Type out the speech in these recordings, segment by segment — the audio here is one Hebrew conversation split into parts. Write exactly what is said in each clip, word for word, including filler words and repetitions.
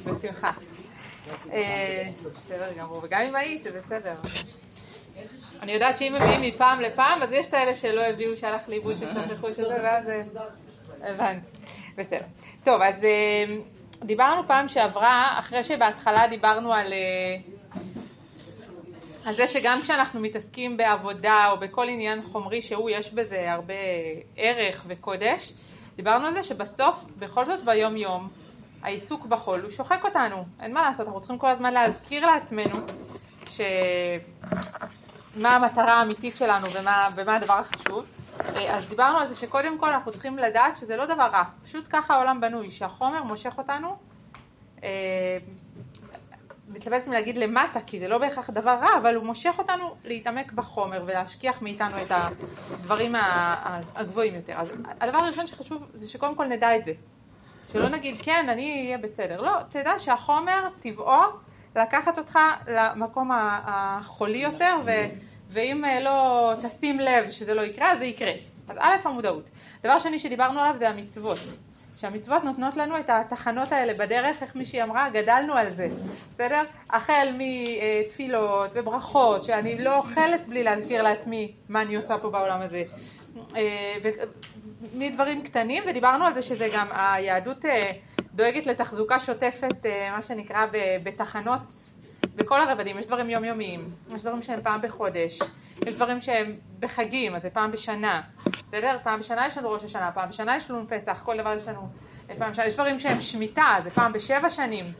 בשמחה. בסדר גמור, וגם אם היית, זה בסדר. אני יודעת שאם מביאים מפעם לפעם, אז יש את האלה שלא הביאו, שהלך לאיבוד, ששכחו שזה, ואז הבנתי. בסדר. טוב, אז דיברנו פעם שעברה, אחרי שבהתחלה דיברנו על... על זה שגם כשאנחנו מתעסקים בעבודה או בכל עניין חומרי שהוא, יש בזה הרבה ערך וקודש, דיברנו על זה שבסוף, בכל זאת ביום יום, העיסוק בחול הוא שוחק אותנו, אין מה לעשות, אנחנו צריכים כל הזמן להזכיר לעצמנו ש... מה המטרה האמיתית שלנו ומה, ומה הדבר החשוב. אז דיברנו על זה שקודם כל אנחנו צריכים לדעת שזה לא דבר רע, פשוט ככה העולם בנוי, שהחומר מושך אותנו, מתלבטת להגיד למטה, כי זה לא בהכרח דבר רע, אבל הוא מושך אותנו להתעמק בחומר ולהשכיח מאיתנו את הדברים הגבוהים יותר. אז הדבר הראשון שחשוב זה שקודם כל נדע את זה. שלא נגיד, כן, אני אהיה בסדר. לא, תדע שהחומר טבעו לקחת אותך למקום החולי יותר, ו- ואם לא תשים לב שזה לא יקרה, אז זה יקרה. אז א', המודעות. דבר שני שדיברנו עליו זה המצוות. שהמצוות נותנות לנו את התחנות האלה בדרך, איך מישהי אמרה, גדלנו על זה, בסדר? החל מתפילות וברכות, שאני לא אוכלת בלי להזכיר לעצמי מה אני עושה פה בעולם הזה. ומדברים קטנים, ודיברנו על זה שזה גם, היהדות דואגת לתחזוקה שוטפת, מה שנקרא בתחנות, בכל הרבדים. יש דברים יומיומיים, יש דברים שהם פעם בחודש, יש דברים שהם בחגים, אז זה פעם בשנה, בסדר? פעם בשנה יש לנו ראש השנה, פעם בשנה יש לנו פסח, כל דבר יש לנו פעם בשנה. יש דברים שהם שמיטה, זה פעם בשבע שנים.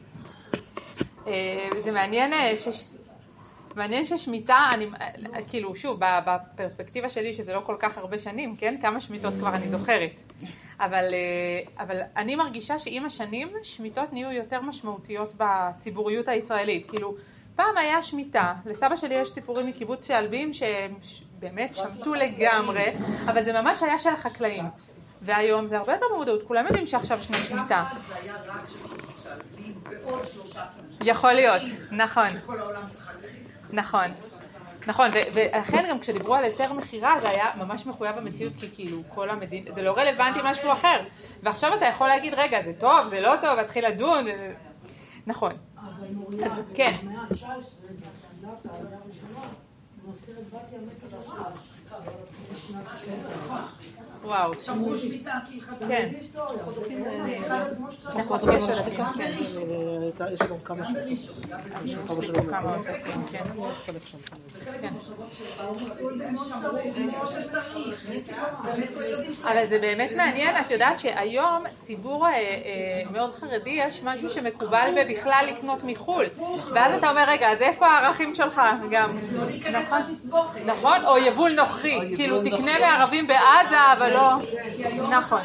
זה מעניין ש... מעניין ששמיטה, אני, כאילו, שוב, בפרספקטיבה שלי, שזה לא כל כך הרבה שנים, כן? כמה שמיטות כבר אני זוכרת. אבל, אבל אני מרגישה שעם השנים, שמיטות נהיו יותר משמעותיות בציבוריות הישראלית. כאילו, פעם היה שמיטה, לסבא שלי יש סיפורים מקיבוץ שעלבים, שבאמת שמטו לגמרי, אבל זה ממש היה של החקלאים. והיום זה הרבה יותר במודעות, כולם יודעים שעכשיו שנת שמיטה. גם אז זה היה רק של שעלבים ועוד שלושה קיבוצים. יכול להיות, נכון. שכל העולם צריך להגיד. נכון, נכון, ולכן גם כשדיברו על היתר מחירה זה היה ממש מחויב המציאות, כי כאילו כל המדינה, זה לא רלוונטי משהו אחר, ועכשיו אתה יכול להגיד, רגע, זה טוב, זה לא טוב, התחיל לדון, נכון. אבל מוריה, במאה ה-תשע עשרה, בהתחלת העלייה הראשונה, מזכרת בתיה מתה דרשה, השחיקה, בשנת שישים ואחת. וואו. שמרו שמיטה, כי חדרים. כן. היסטוריה, כמו שצריך. נכון, יש עליו, כן. יש לנו כמה גם בראשון, גם בראשון. כמה שלנו. כמה עותקים, כן. חלק שם. וחלק מהמושבות שבאו מצאו את זה כמו שצריך, כמו שצריך. באמת לא יודעים שזה. אבל זה באמת מעניין, את יודעת שהיום ציבור מאוד חרדי, יש משהו שמקובל בבכלל לקנות מחול. ואז אתה אומר, רגע, אז איפה הערכים שלך גם? לא להיכנס לתסבוכת. נכון, או יבול נוכרי, כאילו תקנה לערבים בעזה, אבל לא... נכון.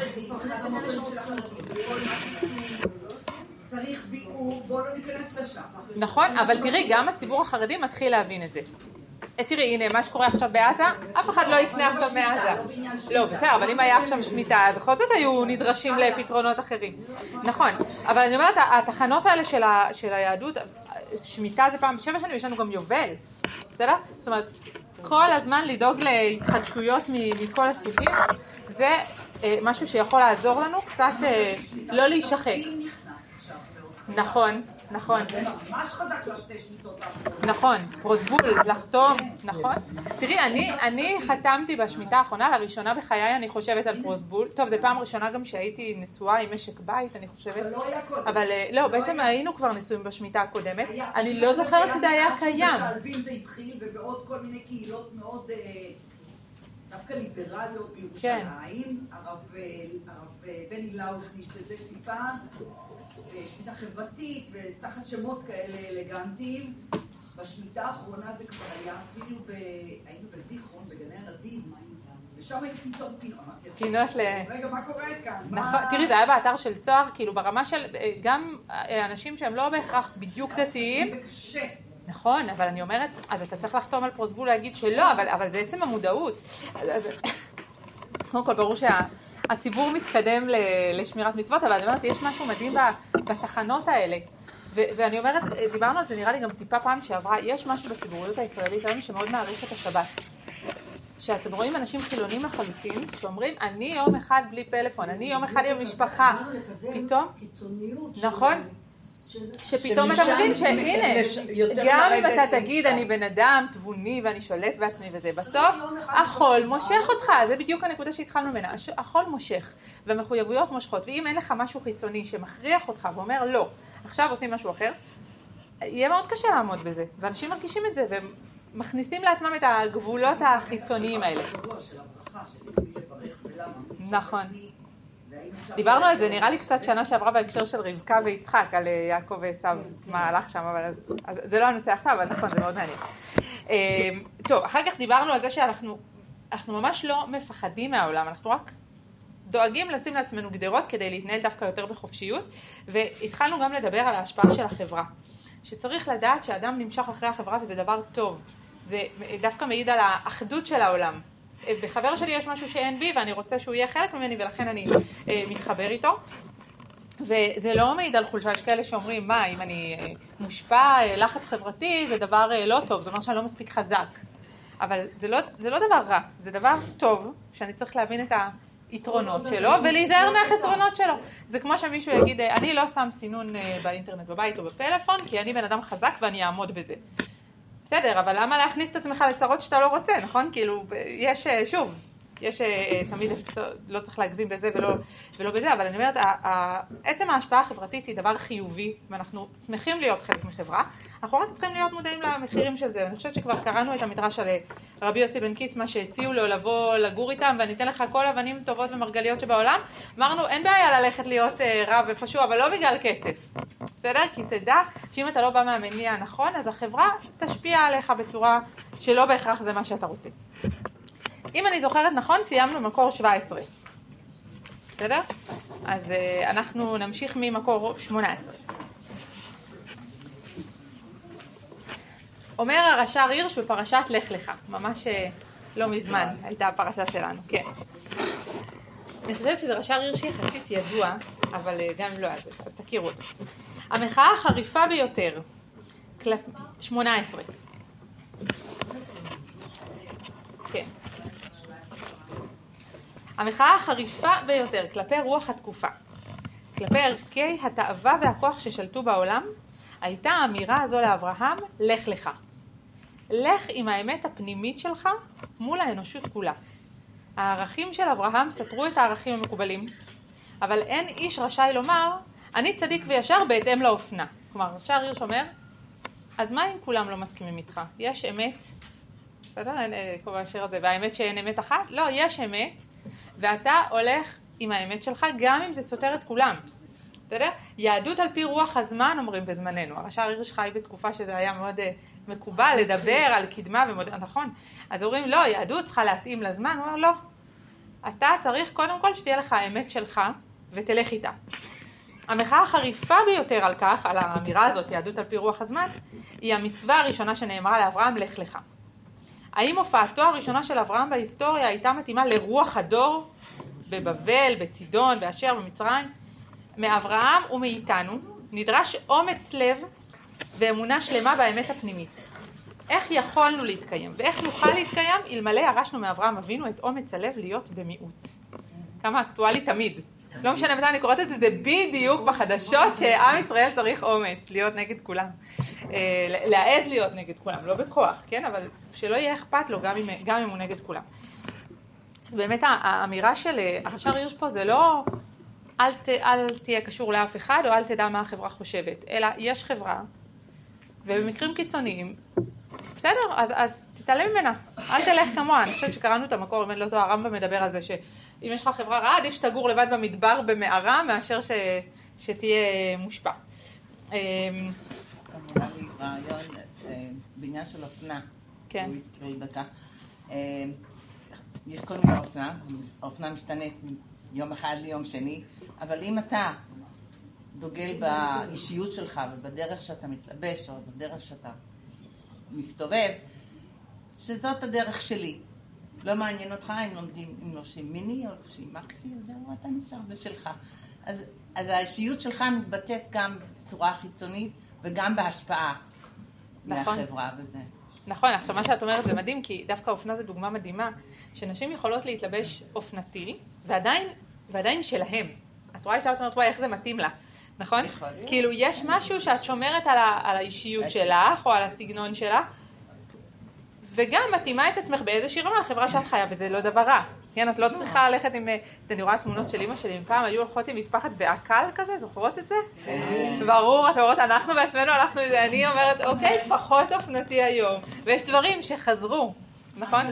צריך ביאור, בוא לא ניכנס לשם. נכון, אבל תראי, גם הציבור החרדי מתחיל להבין את זה. תראי, הנה, מה שקורה עכשיו בעזה, אף אחד לא יקנה עכשיו מעזה. לא, בסדר, אבל אם היה עכשיו שמיטה, בכל זאת היו נדרשים לפתרונות אחרים. נכון, אבל אני אומרת, התחנות האלה של היהדות, שמיטה זה פעם בשבע שנים, יש לנו גם יובל. בסדר? זאת אומרת, כל הזמן לדאוג להתחדשויות מכל הסוגים, זה משהו שיכול לעזור לנו קצת לא להישחק. נכון, נכון. זה ממש חזק לשתי שמיטות. נכון, פרוזבול, לחתום, נכון. תראי, אני, אני חתמתי בשמיטה האחרונה, לראשונה בחיי אני חושבת על פרוזבול. טוב, זו פעם ראשונה גם שהייתי נשואה עם משק בית, אני חושבת. אבל לא היה קודם. אבל לא, בעצם היינו כבר נשואים בשמיטה הקודמת. אני לא זוכרת שזה היה קיים. בשלבים זה התחיל ובעוד כל מיני קהילות מאוד דווקא ליברליות בירושלים. הרב בני לאו הכניס את זה טיפה. שמיטה חברתית ותחת שמות כאלה אלגנטיים. בשמיטה האחרונה זה כבר היה, אפילו היינו בזיכרון, בגני הנדיב, ושם הייתי פתאום פינות. פינות ל... רגע, מה קורה כאן? נכון, תראי, זה היה באתר של צוהר, כאילו ברמה של גם אנשים שהם לא בהכרח בדיוק דתיים. זה קשה. נכון, אבל אני אומרת, אז אתה צריך לחתום על פרוזבול להגיד שלא, אבל, אבל זה עצם המודעות. אז, קודם כל, ברור שהציבור מתקדם לשמירת מצוות, אבל אני אומרת, יש משהו מדהים בתחנות האלה. ואני אומרת, דיברנו על זה, נראה לי גם טיפה פעם שעברה, יש משהו בציבוריות הישראלית היום שמאוד מעריך את השבת. שאתם רואים אנשים חילונים לחלוטין, שאומרים, אני יום אחד בלי פלאפון, אני יום אחד עם משפחה. פתאום? נכון? שפתאום אתה מבין שהנה, גם אם אתה תגיד אני בן אדם תבוני ואני שולט בעצמי וזה, בסוף החול מושך אותך, זה בדיוק הנקודה שהתחלנו ממנה, החול מושך והמחויבויות מושכות, ואם אין לך משהו חיצוני שמכריח אותך ואומר לא, עכשיו עושים משהו אחר, יהיה מאוד קשה לעמוד בזה, ואנשים מרגישים את זה ומכניסים לעצמם את הגבולות החיצוניים האלה. נכון. דיברנו על זה, נראה לי קצת שנה שעברה בהקשר של רבקה ויצחק, על יעקב ועשיו, מה הלך שם, אבל אז, אז זה לא הנושא עכשיו, אבל נכון, זה מאוד מעניין. טוב, אחר כך דיברנו על זה שאנחנו אנחנו ממש לא מפחדים מהעולם, אנחנו רק דואגים לשים לעצמנו גדרות כדי להתנהל דווקא יותר בחופשיות, והתחלנו גם לדבר על ההשפעה של החברה, שצריך לדעת שאדם נמשך אחרי החברה וזה דבר טוב, זה דווקא מעיד על האחדות של העולם. בחבר שלי יש משהו שאין בי ואני רוצה שהוא יהיה חלק ממני ולכן אני אה, מתחבר איתו. וזה לא מעיד על חולשה, יש כאלה שאומרים מה, אם אני אה, מושפע אה, לחץ חברתי זה דבר אה, לא טוב, זה אומר שאני לא מספיק חזק. אבל זה לא, זה לא דבר רע, זה דבר טוב שאני צריך להבין את היתרונות שלו ולהיזהר מהחסרונות שלו. זה כמו שמישהו יגיד, אני לא שם סינון אה, באינטרנט בבית או בפלאפון כי אני בן אדם חזק ואני אעמוד בזה. בסדר, אבל למה להכניס את עצמך לצרות שאתה לא רוצה, נכון? כאילו, יש, שוב, יש תמיד, לא צריך להגזים בזה ולא, ולא בזה, אבל אני אומרת, עצם ההשפעה החברתית היא דבר חיובי, ואנחנו שמחים להיות חלק מחברה, אנחנו רק צריכים להיות מודעים למחירים של זה, ואני חושבת שכבר קראנו את המדרש על רבי יוסי בן קיסמא שהציעו לו לבוא לגור איתם, ואני אתן לך כל אבנים טובות ומרגליות שבעולם, אמרנו, אין בעיה ללכת להיות רב ופשוע, אבל לא בגלל כסף. בסדר? כי תדע שאם אתה לא בא מהמניע הנכון, אז החברה תשפיע עליך בצורה שלא בהכרח זה מה שאתה רוצה. אם אני זוכרת נכון, סיימנו מקור שבע עשרה. בסדר? אז uh, אנחנו נמשיך ממקור שמונה עשרה. אומר הרש"ר הירש בפרשת לך לך, ממש uh, לא מזמן הייתה הפרשה שלנו, כן. אני חושבת שזה רש"ר הירש יחסית ידוע, אבל uh, גם אם לא אז, אז תכירו אותו. המחאה החריפה ביותר, קלס... שמונה עשרה. כן. המחאה החריפה ביותר כלפי רוח התקופה, כלפי ערכי התאווה והכוח ששלטו בעולם, הייתה האמירה הזו לאברהם, לך לך. לך עם האמת הפנימית שלך מול האנושות כולה. הערכים של אברהם סתרו את הערכים המקובלים, אבל אין איש רשאי לומר, אני צדיק וישר בהתאם לאופנה. כלומר, רש"ר הירש אומר, אז מה אם כולם לא מסכימים איתך? יש אמת, בסדר? אין כל השיר הזה, והאמת שאין אמת אחת? לא, יש אמת, ואתה הולך עם האמת שלך, גם אם זה סותר את כולם. בסדר? יהדות על פי רוח הזמן, אומרים בזמננו. הרש"ר הירש חי בתקופה שזה היה מאוד מקובל לדבר על קדמה ומודרניות, נכון? אז אומרים, לא, יהדות צריכה להתאים לזמן. הוא אומר, לא. אתה צריך קודם כל שתהיה לך האמת שלך, ותלך איתה. המחאה החריפה ביותר על כך, על האמירה הזאת, יהדות על פי רוח הזמן, היא המצווה הראשונה שנאמרה לאברהם, לך לך. האם הופעתו הראשונה של אברהם בהיסטוריה הייתה מתאימה לרוח הדור בבבל, בצידון, באשר, במצרים? מאברהם ומאיתנו נדרש אומץ לב ואמונה שלמה באמת הפנימית. איך יכולנו להתקיים ואיך נוכל להתקיים אלמלא ירשנו מאברהם אבינו את אומץ הלב להיות במיעוט. כמה אקטואלי תמיד. לא משנה מתי אני קוראת את זה, זה בדיוק בחדשות שעם ישראל צריך אומץ, להיות נגד כולם. להעז להיות נגד כולם, לא בכוח, כן? אבל שלא יהיה אכפת לו גם אם, גם אם הוא נגד כולם. אז באמת האמירה של הרש"ר הירש פה זה לא אל, ת, אל תהיה קשור לאף אחד או אל תדע מה החברה חושבת, אלא יש חברה, ובמקרים קיצוניים, בסדר, אז, אז תתעלם ממנה, אל תלך כמוה. אני חושבת שקראנו את המקור, אם לא טועה, הרמב"ם מדבר על זה ש... אם יש לך חברה רעה, עדיף שתגור לבד במדבר במערה, מאשר ש... שתהיה מושפע. נראה לי רעיון בעניין של אופנה. כן. הוא הזכיר דקה. יש כל מיני אופנה, האופנה משתנית מיום אחד ליום שני, אבל אם אתה דוגל באישיות שלך ובדרך שאתה מתלבש, או בדרך שאתה מסתובב, שזאת הדרך שלי. לא מעניין אותך אם לומדים, אם לובשים מיני או לובשים מקסי, אז זהו, אתה נשאר בשלך. אז, אז האישיות שלך מתבטאת גם בצורה חיצונית וגם בהשפעה נכון. מהחברה וזה. נכון, עכשיו מה שאת אומרת זה מדהים, כי דווקא אופנה זה דוגמה מדהימה, שנשים יכולות להתלבש אופנתי, ועדיין, ועדיין שלהם. את רואה שאת אומרת, וואי, איך זה מתאים לה. נכון? כאילו יש משהו שאת שומרת על, ה, על האישיות שלך או על הסגנון שלך, וגם מתאימה את עצמך באיזושהי רמה לחברה שאת חיה, וזה לא דבר רע. כן, את לא צריכה ללכת עם, אני רואה תמונות של אמא שלי, פעם היו הולכות עם מטפחת בעקל כזה, זוכרות את זה? ברור, את אומרת, אנחנו בעצמנו הלכנו עם זה, אני אומרת, אוקיי, פחות אופנתי היום, ויש דברים שחזרו, נכון?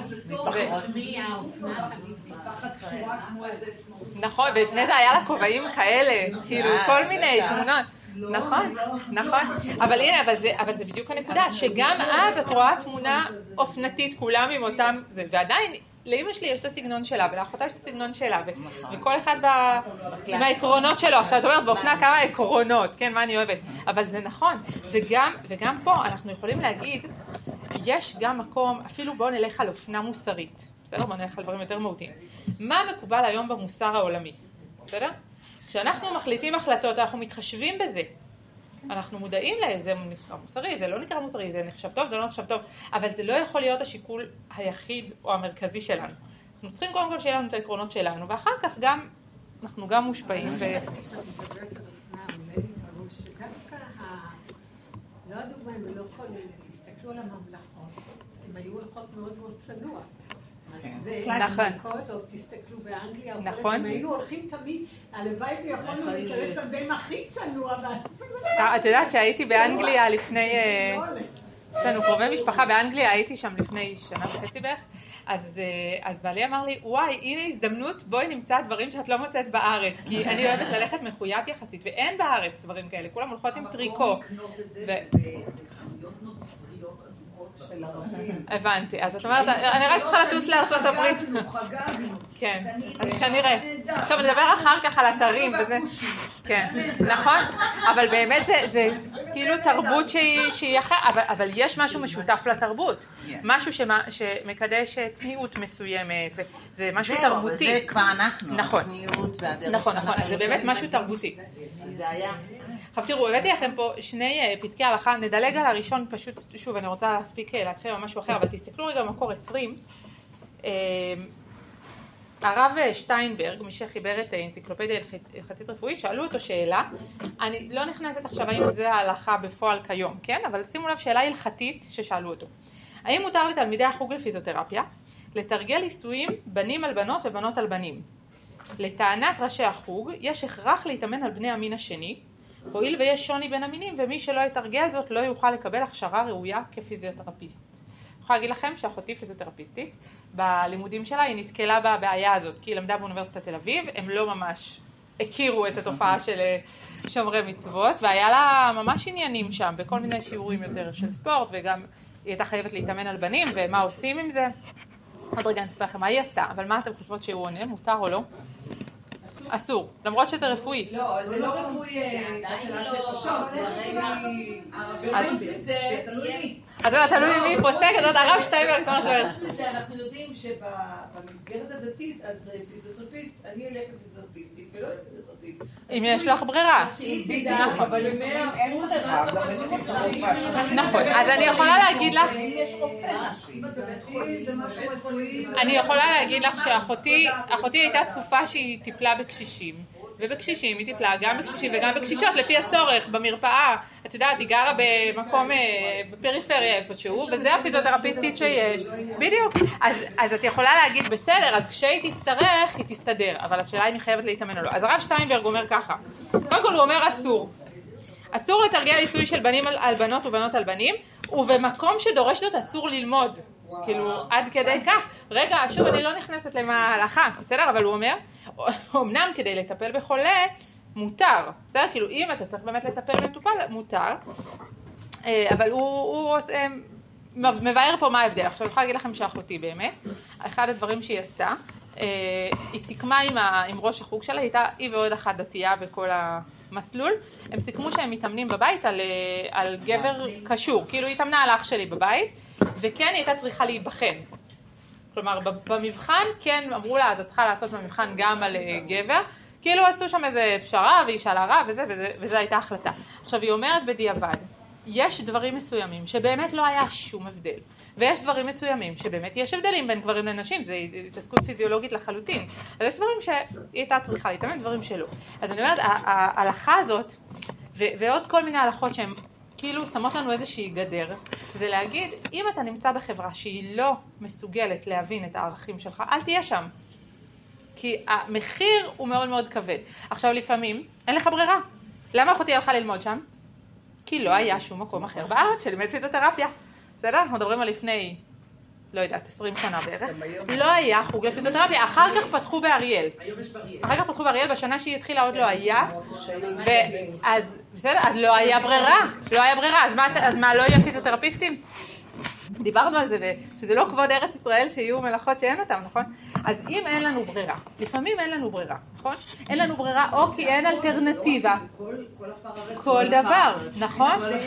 נכון, ולפני זה היה לה כובעים כאלה, כאילו כל מיני תמונות. נכון, נכון, אבל הנה, אבל זה, אבל זה בדיוק הנקודה, שגם אז את רואה תמונה אופנתית, כולם עם אותם, ועדיין, לאמא שלי יש את הסגנון שלה, ולאחותה יש את הסגנון שלה, וכל אחד עם העקרונות שלו. עכשיו את אומרת, באופנה כמה עקרונות, כן, מה אני אוהבת, אבל זה נכון, וגם, וגם פה אנחנו יכולים להגיד, יש גם מקום, אפילו בואו נלך על אופנה מוסרית, בסדר? בואו נלך על דברים יותר מהותיים. מה מקובל היום במוסר העולמי, בסדר? כשאנחנו מחליטים החלטות, אנחנו מתחשבים בזה. אנחנו מודעים לזה נקרא מוסרי, זה לא נקרא מוסרי, זה נחשב טוב, זה לא נחשב טוב, אבל זה לא יכול להיות השיקול היחיד או המרכזי שלנו. אנחנו צריכים קודם כל שיהיה לנו את העקרונות שלנו, ואחר כך גם, אנחנו גם מושפעים. ו... לא הדוגמה, הם לא כל אלה, תסתכלו על הממלכות, הם היו הולכות מאוד מאוד צנוע. זה קלאסיקות, או תסתכלו באנגליה, הם היו הולכים תמיד, הלוואי ויכולנו לצלט אותם, והם הכי צנוע. את יודעת שהייתי באנגליה לפני, יש לנו קרובי משפחה באנגליה, הייתי שם לפני שנה וחצי בערך, אז בעלי אמר לי, וואי, הנה הזדמנות, בואי נמצא דברים שאת לא מוצאת בארץ, כי אני אוהבת ללכת מחויית יחסית, ואין בארץ דברים כאלה, כולם הולכות עם טריקו. הבנתי, אז את אומרת, אני רק צריכה לטוס לארצות הברית. כן, אז כנראה. טוב, נדבר אחר כך על אתרים וזה. כן, נכון? אבל באמת זה כאילו תרבות שהיא אחרת, אבל יש משהו משותף לתרבות. משהו שמקדש צניעות מסוימת, זה משהו תרבותי. זה כבר אנחנו, הצניעות והדרך. נכון, נכון, זה באמת משהו תרבותי. זה היה... עכשיו תראו, הבאתי לכם פה שני פסקי הלכה, נדלג על הראשון פשוט, שוב אני רוצה להספיק להתחיל משהו אחר, אבל תסתכלו רגע במקור עשרים, הרב שטיינברג, מי שחיבר את האנציקלופדיה הלכתית רפואית, שאלו אותו שאלה, אני לא נכנסת עכשיו האם זה ההלכה בפועל כיום, כן? אבל שימו לב שאלה הלכתית ששאלו אותו. האם מותר לתלמידי החוג לפיזיותרפיה לתרגל ניסויים בנים על בנות ובנות על בנים? לטענת ראשי החוג, יש הכרח להתאמן על בני המין השני, הואיל ויש שוני בין המינים, ומי שלא יתרגל זאת לא יוכל לקבל הכשרה ראויה כפיזיותרפיסט. אני יכולה להגיד לכם שאחותי פיזיותרפיסטית, בלימודים שלה היא נתקלה בבעיה הזאת, כי היא למדה באוניברסיטת תל אביב, הם לא ממש הכירו את התופעה של שומרי מצוות, והיה לה ממש עניינים שם, בכל מיני שיעורים יותר של ספורט, וגם היא הייתה חייבת להתאמן על בנים, ומה עושים עם זה? עוד רגע נספר לכם מה היא עשתה, אבל מה אתם חושבות שהוא עונה, מותר או לא? אסור, למרות שזה רפואי. לא, זה לא רפואי, הצלת נפשות, זה תלוי מי. את אומרת, תלוי מי פוסק, את יודעת, הרב שטיינברג, כמו שואלת. אנחנו יודעים שבמסגרת הדתית, אז פיזיותרפיסט, אני אלך לפיזיותרפיסטית ולא לפיזיותרפיסט. אם יש לך ברירה. נכון, אבל במאה אחוז, נכון, אז אני יכולה להגיד לך, אני יכולה להגיד לך שאחותי, אחותי הייתה תקופה שהיא טיפלה בקשישים, ובקשישים היא טיפלה גם בקשישים וגם בקשישות לפי הצורך במרפאה. את יודעת, היא גרה במקום בפריפריה איפשהו, וזה הפיזיותרפיסטית שיש. בדיוק. אז, אז את יכולה להגיד בסדר, אז כשהיא תצטרך היא תסתדר, אבל השאלה היא חייבת להתאמן או לא. אז הרב שטיינברג אומר ככה, קודם כל הוא אומר אסור. אסור לתרגל ניסוי של בנים על, על בנות ובנות על בנים, ובמקום שדורש זאת אסור ללמוד. כאילו עד כדי כך. רגע, שוב אני לא נכנסת למה ההלכה, בסדר? אבל הוא אומר, אמנם כדי לטפל בחולה מותר, בסדר? כאילו אם אתה צריך באמת לטפל במטופל, מותר, אבל הוא, הוא מבאר פה מה ההבדל. עכשיו אני יכולה להגיד לכם שאחותי באמת, אחד הדברים שהיא עשתה, היא סיכמה עם, ה, עם ראש החוג שלה, הייתה היא ועוד אחת דתייה בכל המסלול, הם סיכמו שהם מתאמנים בבית על, על גבר קשור, כאילו היא התאמנה על אח שלי בבית, וכן היא הייתה צריכה להיבחן. כלומר, במבחן כן אמרו לה, אז את צריכה לעשות במבחן גם על גבר, כאילו עשו שם איזה פשרה והיא שאלה רע וזה, וזה, וזה הייתה החלטה. עכשיו היא אומרת בדיעבד, יש דברים מסוימים שבאמת לא היה שום הבדל, ויש דברים מסוימים שבאמת יש הבדלים בין גברים לנשים, זה התעסקות פיזיולוגית לחלוטין, אז יש דברים שהיא הייתה צריכה להתאמן, דברים שלא. אז אני אומרת, ההלכה הזאת, ועוד כל מיני הלכות שהן כאילו שמות לנו איזושהי גדר, זה להגיד, אם אתה נמצא בחברה שהיא לא מסוגלת להבין את הערכים שלך, אל תהיה שם. כי המחיר הוא מאוד מאוד כבד. עכשיו לפעמים, אין לך ברירה. למה אחותי הלכה ללמוד שם? כי לא היה שום מקום אחר בארץ שלימד פיזיותרפיה. בסדר? אנחנו מדברים על לפני, לא יודעת, עשרים שנה בערך. לא היה חוג לפיזיותרפיה. אחר כך פתחו באריאל. אחר כך פתחו באריאל, בשנה שהיא התחילה עוד לא היה. ואז, בסדר, אז לא היה ברירה. לא היה ברירה. אז מה, אז מה, לא יהיו פיזיותרפיסטים? דיברנו על זה, שזה לא כבוד ארץ ישראל שיהיו מלאכות שאין אותם, נכון? אז אם אין לנו ברירה, לפעמים אין לנו ברירה, נכון? אין לנו ברירה או כי אין אלטרנטיבה. כל דבר, נכון?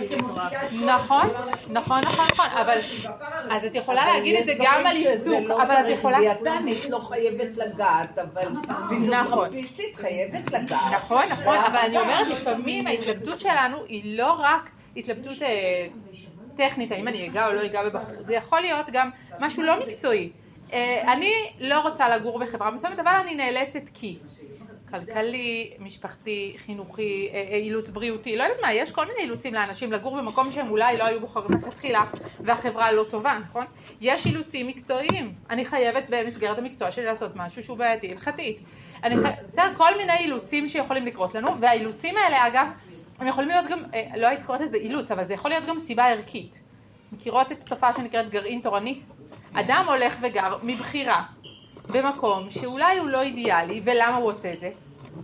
נכון, נכון, נכון, נכון, אבל אז את יכולה להגיד את זה גם על עיסוק, אבל את יכולה... דיאטנית לא חייבת לגעת, אבל פיזיותרפיסטית חייבת לגעת. נכון, נכון, אבל אני אומרת, לפעמים ההתלבטות שלנו היא לא רק התלבטות טכנית, האם אני אגע או לא אגע בבחור, זה יכול להיות גם משהו לא מקצועי. אני לא רוצה לגור בחברה מסוימת, אבל אני נאלצת כי כלכלי, משפחתי, חינוכי, אילוץ בריאותי, לא יודעת מה, יש כל מיני אילוצים לאנשים לגור במקום שהם אולי לא היו בוחרים מלכתחילה והחברה לא טובה, נכון? יש אילוצים מקצועיים, אני חייבת במסגרת המקצוע שלי לעשות משהו שהוא בעייתי, הלכתית. אני חייבת, בסדר, כל מיני אילוצים שיכולים לקרות לנו, והאילוצים האלה אגב, הם יכולים להיות גם, לא הייתי קוראת לזה אילוץ, אבל זה יכול להיות גם סיבה ערכית. מכירות את התופעה שנקראת גרעין תורני? אדם הולך וגר מבחירה במקום שאולי הוא לא אידיאלי, ולמה הוא עושה את זה?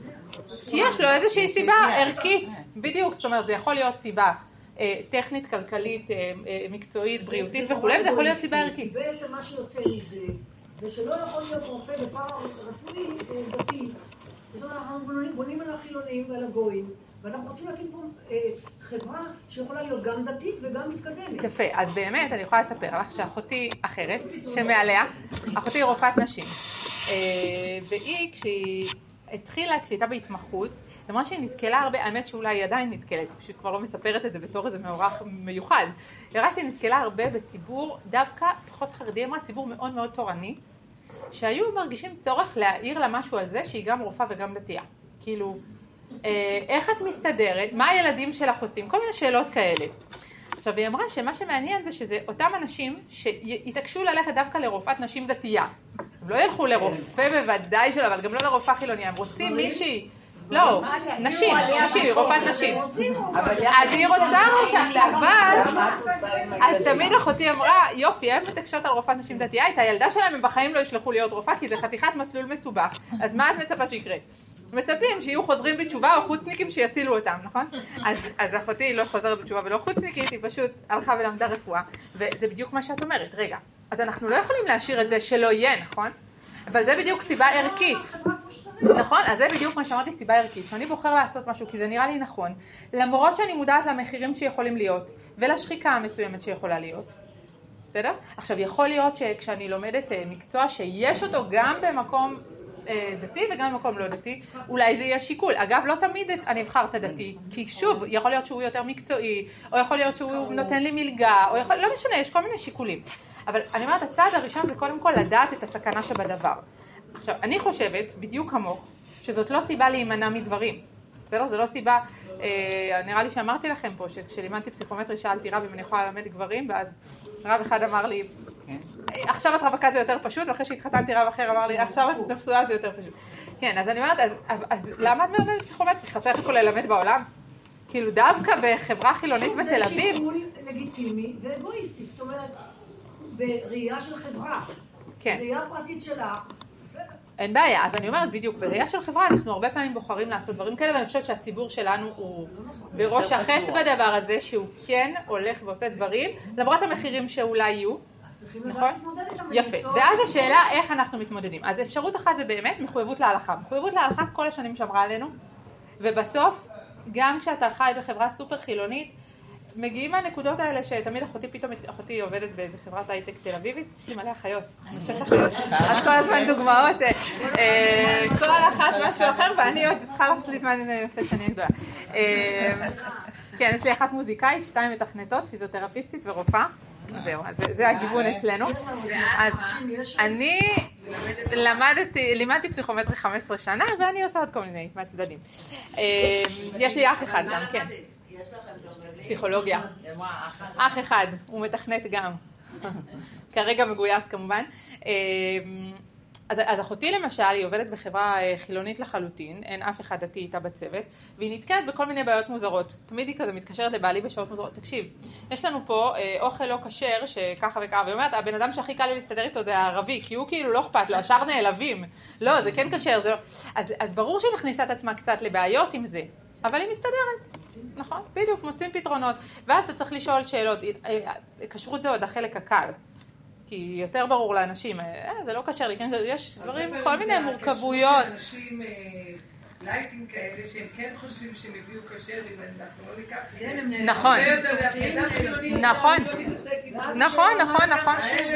כי יש לו איזושהי סיבה ערכית, בדיוק, זאת אומרת, זה יכול להיות סיבה טכנית, כלכלית, מקצועית, בריאותית וכו', זה יכול להיות סיבה ערכית. בעצם מה שיוצא מזה, זה שלא יכול להיות רופא בפארה-רפואי דתי. זאת אומרת, אנחנו בונים על החילונים ועל הגויים, ואנחנו רוצים להקים פה אה, חברה שיכולה להיות גם דתית וגם מתקדמת. יפה, אז באמת אני יכולה לספר לך שאחותי אחרת, שמעליה, אחותי היא רופאת נשים. אה, והיא, כשהיא התחילה, כשהיא הייתה בהתמחות, אמרה שהיא נתקלה הרבה, האמת שאולי היא עדיין נתקלת, פשוט כבר לא מספרת את זה בתור איזה מאורח מיוחד. היא אמרה שהיא נתקלה הרבה בציבור, דווקא פחות חרדי, אמרה ציבור מאוד מאוד תורני, שהיו מרגישים צורך להעיר לה משהו על זה שהיא גם רופאה וגם דתייה. כאילו, איך את מסתדרת, מה הילדים שלך עושים, כל מיני שאלות כאלה. עכשיו היא אמרה שמה שמעניין זה שזה אותם אנשים שיתעקשו ללכת דווקא לרופאת נשים דתייה. הם לא ילכו לרופא בוודאי שלו, אבל גם לא לרופאה חילוניה, הם רוצים מישהי, לא, נשים, נשים, רופאת נשים. אז היא רוצה שם, אבל, אז תמיד אחותי אמרה, יופי, הם מתעקשות על רופאת נשים דתייה, את הילדה שלהם הם בחיים לא ישלחו להיות רופאה, כי זה חתיכת מסלול מסובך, אז מה את מצפה שיקרה? מצפים שיהיו חוזרים בתשובה או חוצניקים שיצילו אותם, נכון? אז, אז אחותי היא לא חוזרת בתשובה ולא חוצניקית, היא פשוט הלכה ולמדה רפואה, וזה בדיוק מה שאת אומרת, רגע, אז אנחנו לא יכולים להשאיר את זה שלא יהיה, נכון? אבל זה בדיוק סיבה ערכית, נכון? אז זה בדיוק מה שאמרתי, סיבה ערכית, שאני בוחר לעשות משהו כי זה נראה לי נכון, למרות שאני מודעת למחירים שיכולים להיות, ולשחיקה המסוימת שיכולה להיות. בסדר? עכשיו יכול להיות שכשאני לומדת מקצוע שיש אותו גם במקום דתי וגם במקום לא דתי, אולי זה יהיה שיקול. אגב, לא תמיד אני אבחר את הדתי, כי שוב, יכול להיות שהוא יותר מקצועי, או יכול להיות שהוא נותן לי מלגה, או יכול, לא משנה, יש כל מיני שיקולים. אבל אני אומרת, הצעד הראשון זה קודם כל לדעת את הסכנה שבדבר. עכשיו, אני חושבת, בדיוק כמוך, שזאת לא סיבה להימנע מדברים. בסדר? זה לא סיבה, אה, נראה לי שאמרתי לכם פה, שכשלימדתי פסיכומטרי שאלתי רב אם אני יכולה ללמד גברים, ואז רב אחד אמר לי, עכשיו את רווקה זה יותר פשוט, ואחרי שהתחתנתי רב אחר אמר לי, עכשיו את נפסויה זה יותר פשוט. כן, אז אני אומרת, אז, אז למה את מלמדת פסיכומטרי? חסר איפה ללמד בעולם? כאילו דווקא בחברה חילונית בתל אביב. זה שיקול לגיטימי ואגואיסטי, זאת אומרת, בראייה של חברה, כן. בראייה פרטית שלך. אין בעיה, אז אני אומרת בדיוק, בראייה של חברה אנחנו הרבה פעמים בוחרים לעשות דברים כאלה, ואני חושבת שהציבור שלנו הוא בראש החץ בדבר הזה, שהוא כן הולך ועושה דברים, למרות המחירים שאולי יהיו, נכון? יפה, ואז השאלה איך אנחנו מתמודדים. אז אפשרות אחת זה באמת מחויבות להלכה. מחויבות להלכה כל השנים שמרה עלינו, ובסוף, גם כשאתה חי בחברה סופר חילונית, מגיעים מהנקודות האלה שתמיד אחותי פתאום, אחותי עובדת באיזה חברת הייטק תל אביבית, יש לי מלא אחיות, אני שש אחיות, אז כל הזמן דוגמאות, כל אחת משהו אחר, ואני עוד צריכה לחשליט מה אני עושה כשאני גדולה. כן, יש לי אחת מוזיקאית, שתיים מתכנתות, פיזיותרפיסטית ורופאה. זהו, זה הגיוון אצלנו. אז אני למדתי, לימדתי פסיכומטרי חמש עשרה שנה, ואני עושה עוד כל מיני מהצדדים. יש לי אח אחד גם, כן. פסיכולוגיה. אח אחד, הוא מתכנת גם. כרגע מגויס כמובן. אז, אז אחותי למשל, היא עובדת בחברה חילונית לחלוטין, אין אף אחד דתי איתה בצוות, והיא נתקלת בכל מיני בעיות מוזרות. תמיד היא כזה מתקשרת לבעלי בשעות מוזרות. תקשיב, יש לנו פה אה, אוכל לא כשר שככה וככה, והיא אומרת, הבן אדם שהכי קל לי להסתדר איתו זה הערבי, כי הוא כאילו לא אכפת לו, השאר נעלבים. לא, זה כן כשר, זה לא... אז, אז ברור שהיא מכניסה את עצמה קצת לבעיות עם זה, אבל היא מסתדרת, נכון? בדיוק, מוצאים פתרונות, ואז אתה צריך לשאול שאלות, כשרות זה עוד החלק הקל. כי יותר ברור לאנשים, אה, זה לא קשר לי, כן, יש דברים, כל מיני מורכבויות. אנשים לייטים כאלה שהם כן חושבים שהם הביאו קשר, אם אנחנו לא ניקח... נכון. נכון. נכון, נכון, נכון.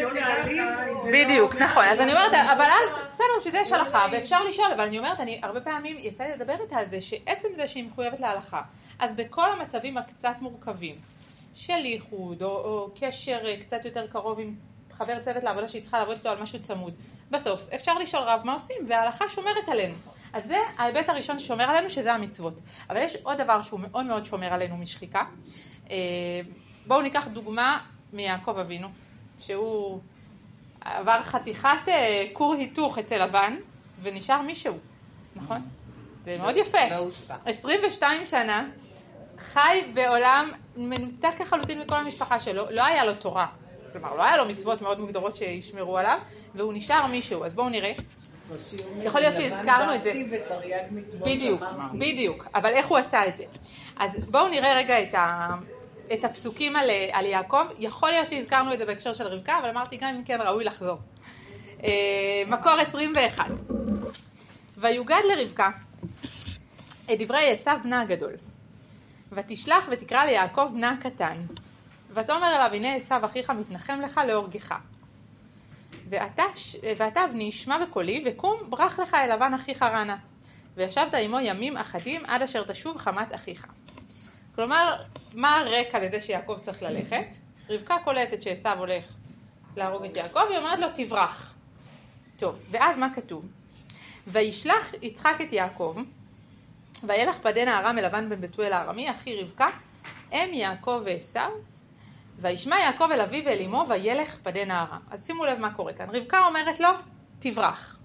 בדיוק, נכון. אז אני אומרת, אבל אז, בסדר, שזה יש הלכה, ואפשר לשאול, אבל אני אומרת, אני הרבה פעמים יצא לי לדבר איתה על זה, שעצם זה שהיא מחויבת להלכה, אז בכל המצבים הקצת מורכבים, של ייחוד, או קשר קצת יותר קרוב עם חבר צוות לעבודה שהיא צריכה לעבוד איתו על משהו צמוד. בסוף, אפשר לשאול רב מה עושים, וההלכה שומרת עלינו. אז זה ההיבט הראשון ששומר עלינו, שזה המצוות. אבל יש עוד דבר שהוא מאוד מאוד שומר עלינו משחיקה. בואו ניקח דוגמה מיעקב אבינו, שהוא עבר חתיכת כור היתוך אצל לבן, ונשאר מישהו, נכון? זה מאוד יפה. עשרים ושתיים שנה, חי בעולם מנותק לחלוטין מכל המשפחה שלו, לא היה לו תורה. כלומר, לא היה לו מצוות מאוד מוגדרות שישמרו עליו, והוא נשאר מישהו. אז בואו נראה. יכול להיות שהזכרנו את זה. בדיוק, בדיוק. אבל איך הוא עשה את זה? אז בואו נראה רגע את, ה... את הפסוקים על, על יעקב. יכול להיות שהזכרנו את זה בהקשר של רבקה, אבל אמרתי גם אם כן ראוי לחזור. מקור עשרים ואחת. ויוגד לרבקה את דברי עשיו בנה הגדול. ותשלח ותקרא ליעקב בנה הקטן. ותאמר אליו, הנה עשיו אחיך מתנחם לך להורגך. ואתה, ואתה אבני, שמע בקולי, וקום ברח לך אל לבן אחיך רנה. וישבת עמו ימים אחדים עד אשר תשוב חמת אחיך. כלומר, מה הרקע לזה שיעקב צריך ללכת? רבקה קולטת שעשיו הולך להרוג את יעקב, והיא אומרת לו, תברח. טוב, ואז מה כתוב? וישלח יצחק את יעקב, וילך פדן הארם אל לבן בן בתואל הארמי, אחי רבקה, אם יעקב ועשיו, וישמע יעקב אל אביו ואל אמו, וילך פדן הארם. אז שימו לב מה קורה כאן. רבקה אומרת לו, תברח.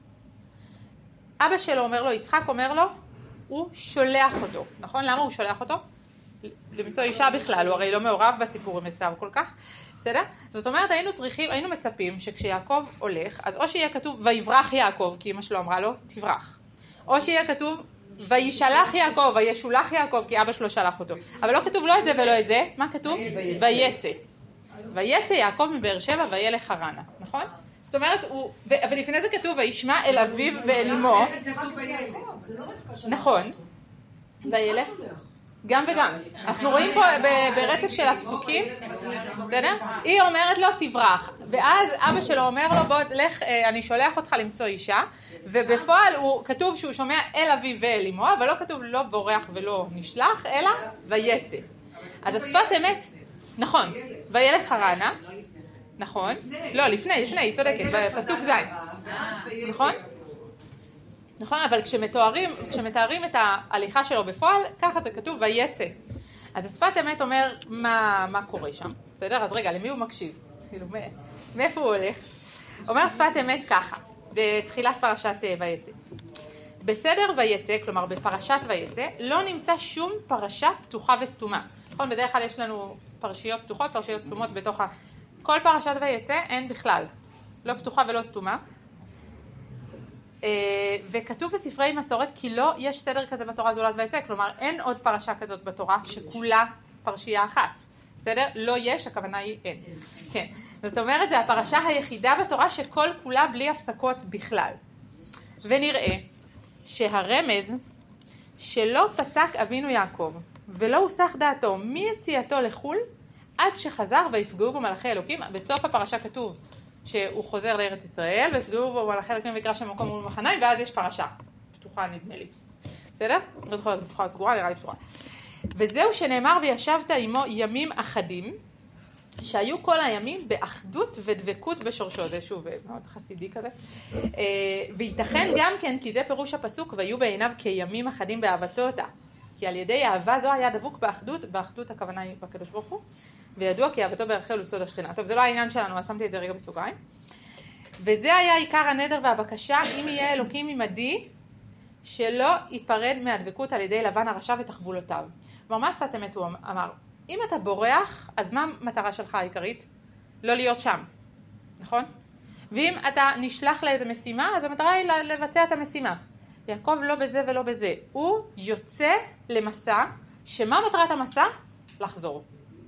אבא שלו אומר לו, יצחק אומר לו, הוא שולח אותו. נכון? למה הוא שולח אותו? למצוא אישה בכלל, הוא הרי לא מעורב בסיפור עם עשיו כל כך. בסדר? זאת אומרת, היינו צריכים, היינו מצפים שכשיעקב הולך, אז או שיהיה כתוב, ויברח יעקב, כי אמא שלו אמרה לו, תברח. או שיהיה כתוב, וישלח יעקב, וישולח יעקב, כי אבא שלו שלח אותו. אבל לא כתוב לא את זה ולא את זה. מה כתוב? ויצא. ויצא יעקב מבאר שבע וילך חרנה. נכון? זאת אומרת, הוא, ולפני זה כתוב, וישמע אל אביו ואל אמו. נכון. וילך. גם וגם. אנחנו רואים פה ברצף של הפסוקים, בסדר? היא אומרת לו תברח, ואז אבא שלו אומר לו בוא לך, אני שולח אותך למצוא אישה, ובפועל הוא כתוב שהוא שומע אל אביו ואל אמו, אבל לא כתוב לא בורח ולא נשלח, אלא ויצא. אז השפת אמת, נכון, וילך חרנה, נכון, לא לפני, לפני, היא צודקת, בפסוק זין, נכון? נכון, אבל כשמתוארים, כשמתארים את ההליכה שלו בפועל, ככה זה כתוב ויצא. אז השפת אמת אומר מה, מה קורה שם, בסדר? אז רגע, למי הוא מקשיב? כאילו, מאיפה הוא הולך? אומר שפת אמת ככה, בתחילת פרשת ויצא. בסדר ויצא, כלומר בפרשת ויצא, לא נמצא שום פרשה פתוחה וסתומה. נכון, בדרך כלל יש לנו פרשיות פתוחות, פרשיות סתומות בתוך ה... כל פרשת ויצא אין בכלל, לא פתוחה ולא סתומה. וכתוב בספרי מסורת כי לא יש סדר כזה בתורה זולת ויצא, כלומר אין עוד פרשה כזאת בתורה שכולה פרשייה אחת, בסדר? לא יש, הכוונה היא אין. כן, זאת אומרת זה הפרשה היחידה בתורה שכל כולה בלי הפסקות בכלל. ונראה שהרמז שלא פסק אבינו יעקב ולא הוסח דעתו מיציאתו לחול עד שחזר ויפגעו בו מלאכי אלוקים. בסוף הפרשה כתוב שהוא חוזר לארץ ישראל, והפגעו בו מלאכי אלוקים ויקרא שם מקום מול מחניים, ואז יש פרשה. פתוחה נדמה לי. בסדר? לא זוכרת, פתוחה סגורה, נראה לי פתוחה. וזהו שנאמר וישבת עמו ימים אחדים, שהיו כל הימים באחדות ודבקות בשורשו, זה שוב מאוד חסידי כזה, וייתכן גם כן, כי זה פירוש הפסוק, והיו בעיניו כימים אחדים באהבתו אותה, כי על ידי אהבה זו היה דבוק באחדות, באחדות הכוונה היא בקדוש ברוך הוא, וידוע כי אהבתו ברחל הוא סוד השכינה. טוב, זה לא העניין שלנו, אז שמתי את זה רגע בסוגריים. וזה היה עיקר הנדר והבקשה, אם יהיה אלוקים עמדי, שלא ייפרד מהדבקות על ידי לבן הרשע ותחבולותיו. כלומר, מה שפת אמת הוא אמר? אם אתה בורח, אז מה המטרה שלך העיקרית? לא להיות שם, נכון? ואם אתה נשלח לאיזו משימה, אז המטרה היא לבצע את המשימה. יעקב לא בזה ולא בזה. הוא יוצא למסע, שמה מטרת המסע? לחזור.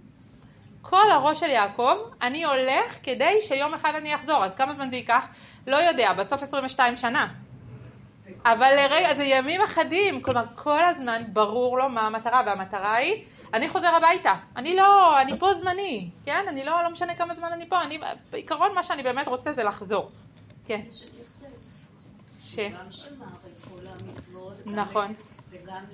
כל הראש של יעקב, אני הולך כדי שיום אחד אני אחזור. אז כמה זמן זה ייקח? לא יודע, בסוף עשרים ושתיים שנה. אבל לרגע, זה ימים אחדים. כלומר, כל הזמן ברור לו מה המטרה, והמטרה היא, אני חוזר הביתה. אני לא, אני פה זמני, כן? אני לא, לא משנה כמה זמן אני פה. אני, בעיקרון, מה שאני באמת רוצה זה לחזור. כן. של יוסף. ש... גם שמר את כל המצוות. נכון. וגם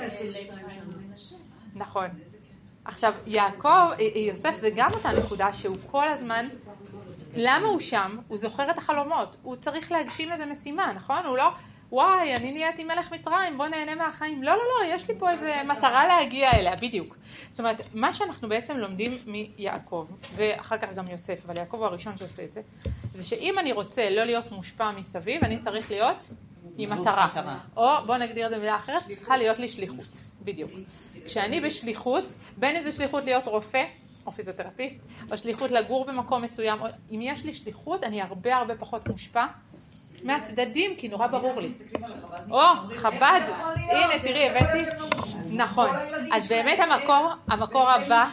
למנשה. נכון. עכשיו, יעקב, יוסף זה גם אותה נקודה שהוא כל הזמן, למה הוא שם? הוא זוכר את החלומות. הוא צריך להגשים איזו משימה, נכון? הוא לא, וואי, אני נהייתי מלך מצרים, בוא נהנה מהחיים. לא, לא, לא, יש לי פה איזו מטרה להגיע אליה, בדיוק. זאת אומרת, מה שאנחנו בעצם לומדים מיעקב, ואחר כך גם יוסף, אבל יעקב הוא הראשון שעושה את זה, זה שאם אני רוצה לא להיות מושפע מסביב, אני צריך להיות עם מטרה. או, בוא נגדיר את זה במילה אחרת, צריכה להיות לי שליחות, בדיוק. כשאני בשליחות, בין אם זה שליחות להיות רופא, או פיזיותרפיסט, או שליחות לגור במקום מסוים, או אם יש לי שליחות, אני הרבה הרבה פחות מושפע מהצדדים, כי נורא ברור לי. או, חב"ד, הנה, תראי, הבאתי. נכון, אז באמת המקור, המקור הבא,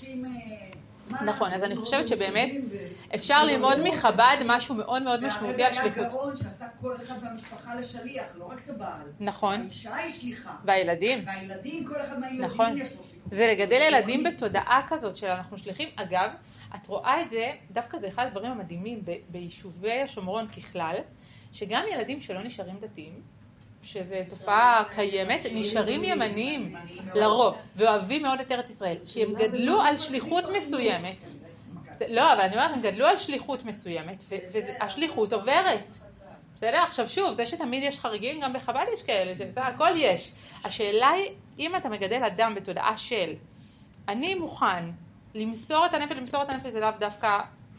נכון, אז אני חושבת שבאמת אפשר ללמוד מחב"ד משהו מאוד מאוד משמעותי על שליחות. והגאון שעשה כל אחד מהמשפחה לשליח, לא רק את הבעל. נכון. האישה היא שליחה. והילדים. והילדים, כל אחד מהילדים נכון. יש לו שליחות. זה לגדל ילדים בתודעה כזאת של אנחנו שליחים. אגב, את רואה את זה, דווקא זה אחד הדברים המדהימים ב- ביישובי השומרון ככלל, שגם ילדים שלא נשארים דתיים, שזו תופעה קיימת, נשארים ימניים לרוב, ואוהבים מאוד את ארץ ישראל, כי הם גדלו על שליחות מסוימת. לא, אבל אני אומרת, הם גדלו על שליחות מסוימת, והשליחות עוברת. בסדר? עכשיו שוב, זה שתמיד יש חריגים, גם בחב"ד יש כאלה, זה הכל יש. השאלה היא, אם אתה מגדל אדם בתודעה של, אני מוכן למסור את הנפש, למסור את הנפש זה לאו דווקא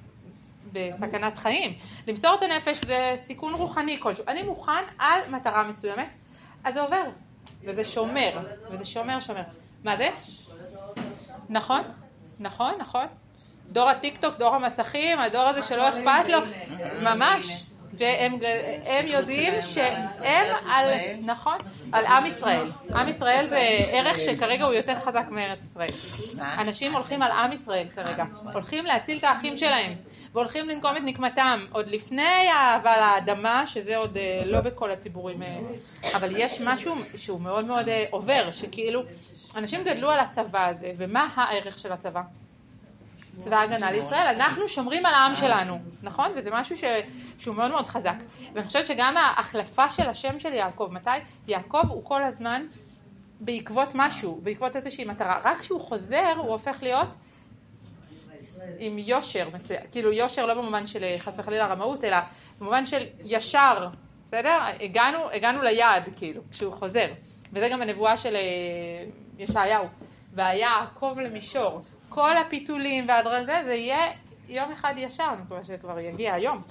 בסכנת חיים. למסור את הנפש זה סיכון רוחני כלשהו. אני מוכן על מטרה מסוימת, אז זה עובר. וזה שומר. וזה שומר, שומר. מה זה? נכון? נכון, נכון. דור הטיקטוק, דור המסכים, הדור הזה שלא אכפת לו. ממש. והם הם יודעים שהם על, נכון, על עם ישראל. עם ישראל זה ערך שכרגע הוא יותר חזק מארץ ישראל. אנשים הולכים על עם ישראל כרגע. הולכים להציל את האחים שלהם. והולכים לנקום את נקמתם. עוד לפני האהבה לאדמה, שזה עוד לא בכל הציבורים. אבל יש משהו שהוא מאוד מאוד עובר, שכאילו, אנשים גדלו על הצבא הזה. ומה הערך של הצבא? צבא הגנה לישראל, אנחנו שומרים על העם שלנו, נכון? וזה משהו ש... שהוא מאוד מאוד חזק. ואני חושבת שגם ההחלפה של השם של יעקב, מתי? יעקב הוא כל הזמן בעקבות משהו, בעקבות איזושהי מטרה. רק כשהוא חוזר, הוא הופך להיות עם יושר, כאילו יושר לא במובן של חס וחלילה רמאות, אלא במובן של ישר, בסדר? הגענו, הגענו ליעד, כאילו, כשהוא חוזר. וזה גם הנבואה של ישעיהו. והיה עקוב למישור. כל הפיתולים והדברים הזה, זה יהיה יום אחד ישר, אני מקווה שכבר יגיע היום.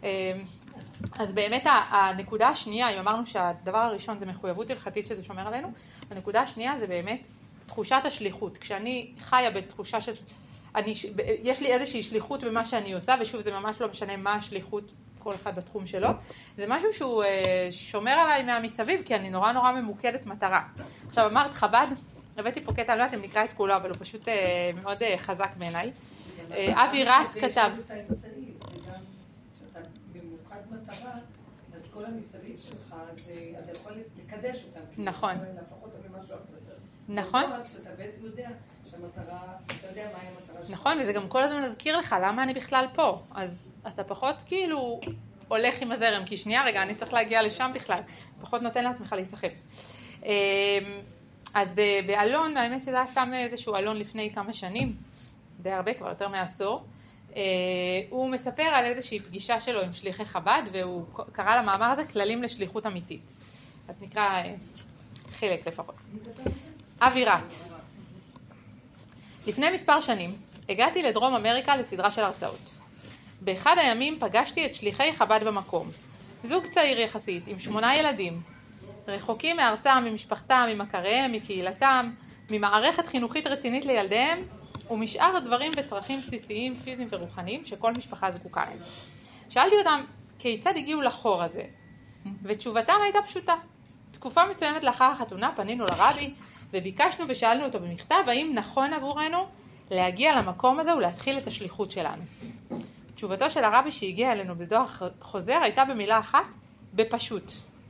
אז באמת הנקודה השנייה, אם אמרנו שהדבר הראשון זה מחויבות הלכתית שזה שומר עלינו, הנקודה השנייה זה באמת תחושת השליחות. כשאני חיה בתחושה של, אני, יש לי איזושהי שליחות במה שאני עושה, ושוב זה ממש לא משנה מה השליחות כל אחד בתחום שלו, זה משהו שהוא שומר עליי מהמסביב, כי אני נורא נורא ממוקדת מטרה. עכשיו אמרת חב"ד, הבאתי פה קטע, אני לא יודעת אם נקרא את כולו, אבל הוא פשוט מאוד חזק בעיניי. אבי רט כתב. זה גם שאתה ממוקד מטרה, אז כל המסביב שלך, אתה יכול לקדש אותם. נכון. להפוך אותם למשהו אחר. נכון. רק שאתה בעצם יודע שהמטרה, אתה יודע מה היא המטרה שלך. נכון, וזה גם כל הזמן להזכיר לך למה אני בכלל פה. אז אתה פחות כאילו הולך עם הזרם, כי שנייה רגע, אני צריך להגיע לשם בכלל. פחות נותן לעצמך להיסחף. אז באלון, האמת שזה היה סתם איזשהו אלון לפני כמה שנים, די הרבה, כבר יותר מעשור, הוא מספר על איזושהי פגישה שלו עם שליחי חב"ד, והוא קרא למאמר הזה כללים לשליחות אמיתית. אז נקרא חלק לפחות. אווירת. לפני מספר שנים הגעתי לדרום אמריקה לסדרה של הרצאות. באחד הימים פגשתי את שליחי חב"ד במקום. זוג צעיר יחסית, עם שמונה ילדים, רחוקים מארצם, ממשפחתם, ממכריהם, מקהילתם, ממערכת חינוכית רצינית לילדיהם, ומשאר הדברים וצרכים בסיסיים, פיזיים ורוחניים שכל משפחה זקוקה להם. שאלתי אותם כיצד הגיעו לחור הזה, ותשובתם הייתה פשוטה. תקופה מסוימת לאחר החתונה פנינו לרבי, וביקשנו ושאלנו אותו במכתב האם נכון עבורנו להגיע למקום הזה ולהתחיל את השליחות שלנו. תשובתו של הרבי שהגיע אלינו בדואר חוזר הייתה במילה אחת, בפשוט.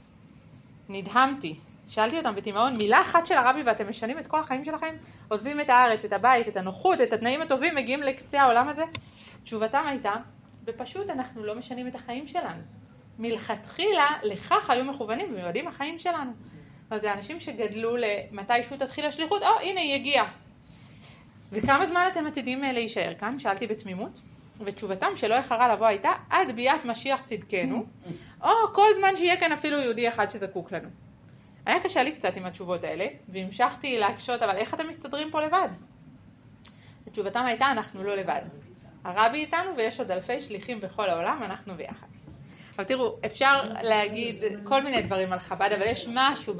נדהמתי. שאלתי אותם בתימהון, מילה אחת של הרבי ואתם משנים את כל החיים שלכם? עוזבים את הארץ, את הבית, את הנוחות, את התנאים הטובים, מגיעים לקצה העולם הזה? תשובתם הייתה, בפשוט אנחנו לא משנים את החיים שלנו. מלכתחילה לכך היו מכוונים ומיועדים החיים שלנו. אז זה אנשים שגדלו למתישהו תתחיל השליחות, או הנה היא הגיעה. וכמה זמן אתם עתידים להישאר כאן? שאלתי בתמימות. ותשובתם שלא איחרה לבוא הייתה עד ביאת משיח צדקנו, או כל זמן שיהיה כאן אפילו יהודי אחד שזקוק לנו. היה קשה לי קצת עם התשובות האלה, והמשכתי להקשות, אבל איך אתם מסתדרים פה לבד? ותשובתם הייתה, אנחנו לא לבד. הרבי איתנו ויש עוד אלפי שליחים בכל העולם, אנחנו ביחד. אבל תראו, אפשר להגיד כל מיני דברים על חב"ד, אבל יש משהו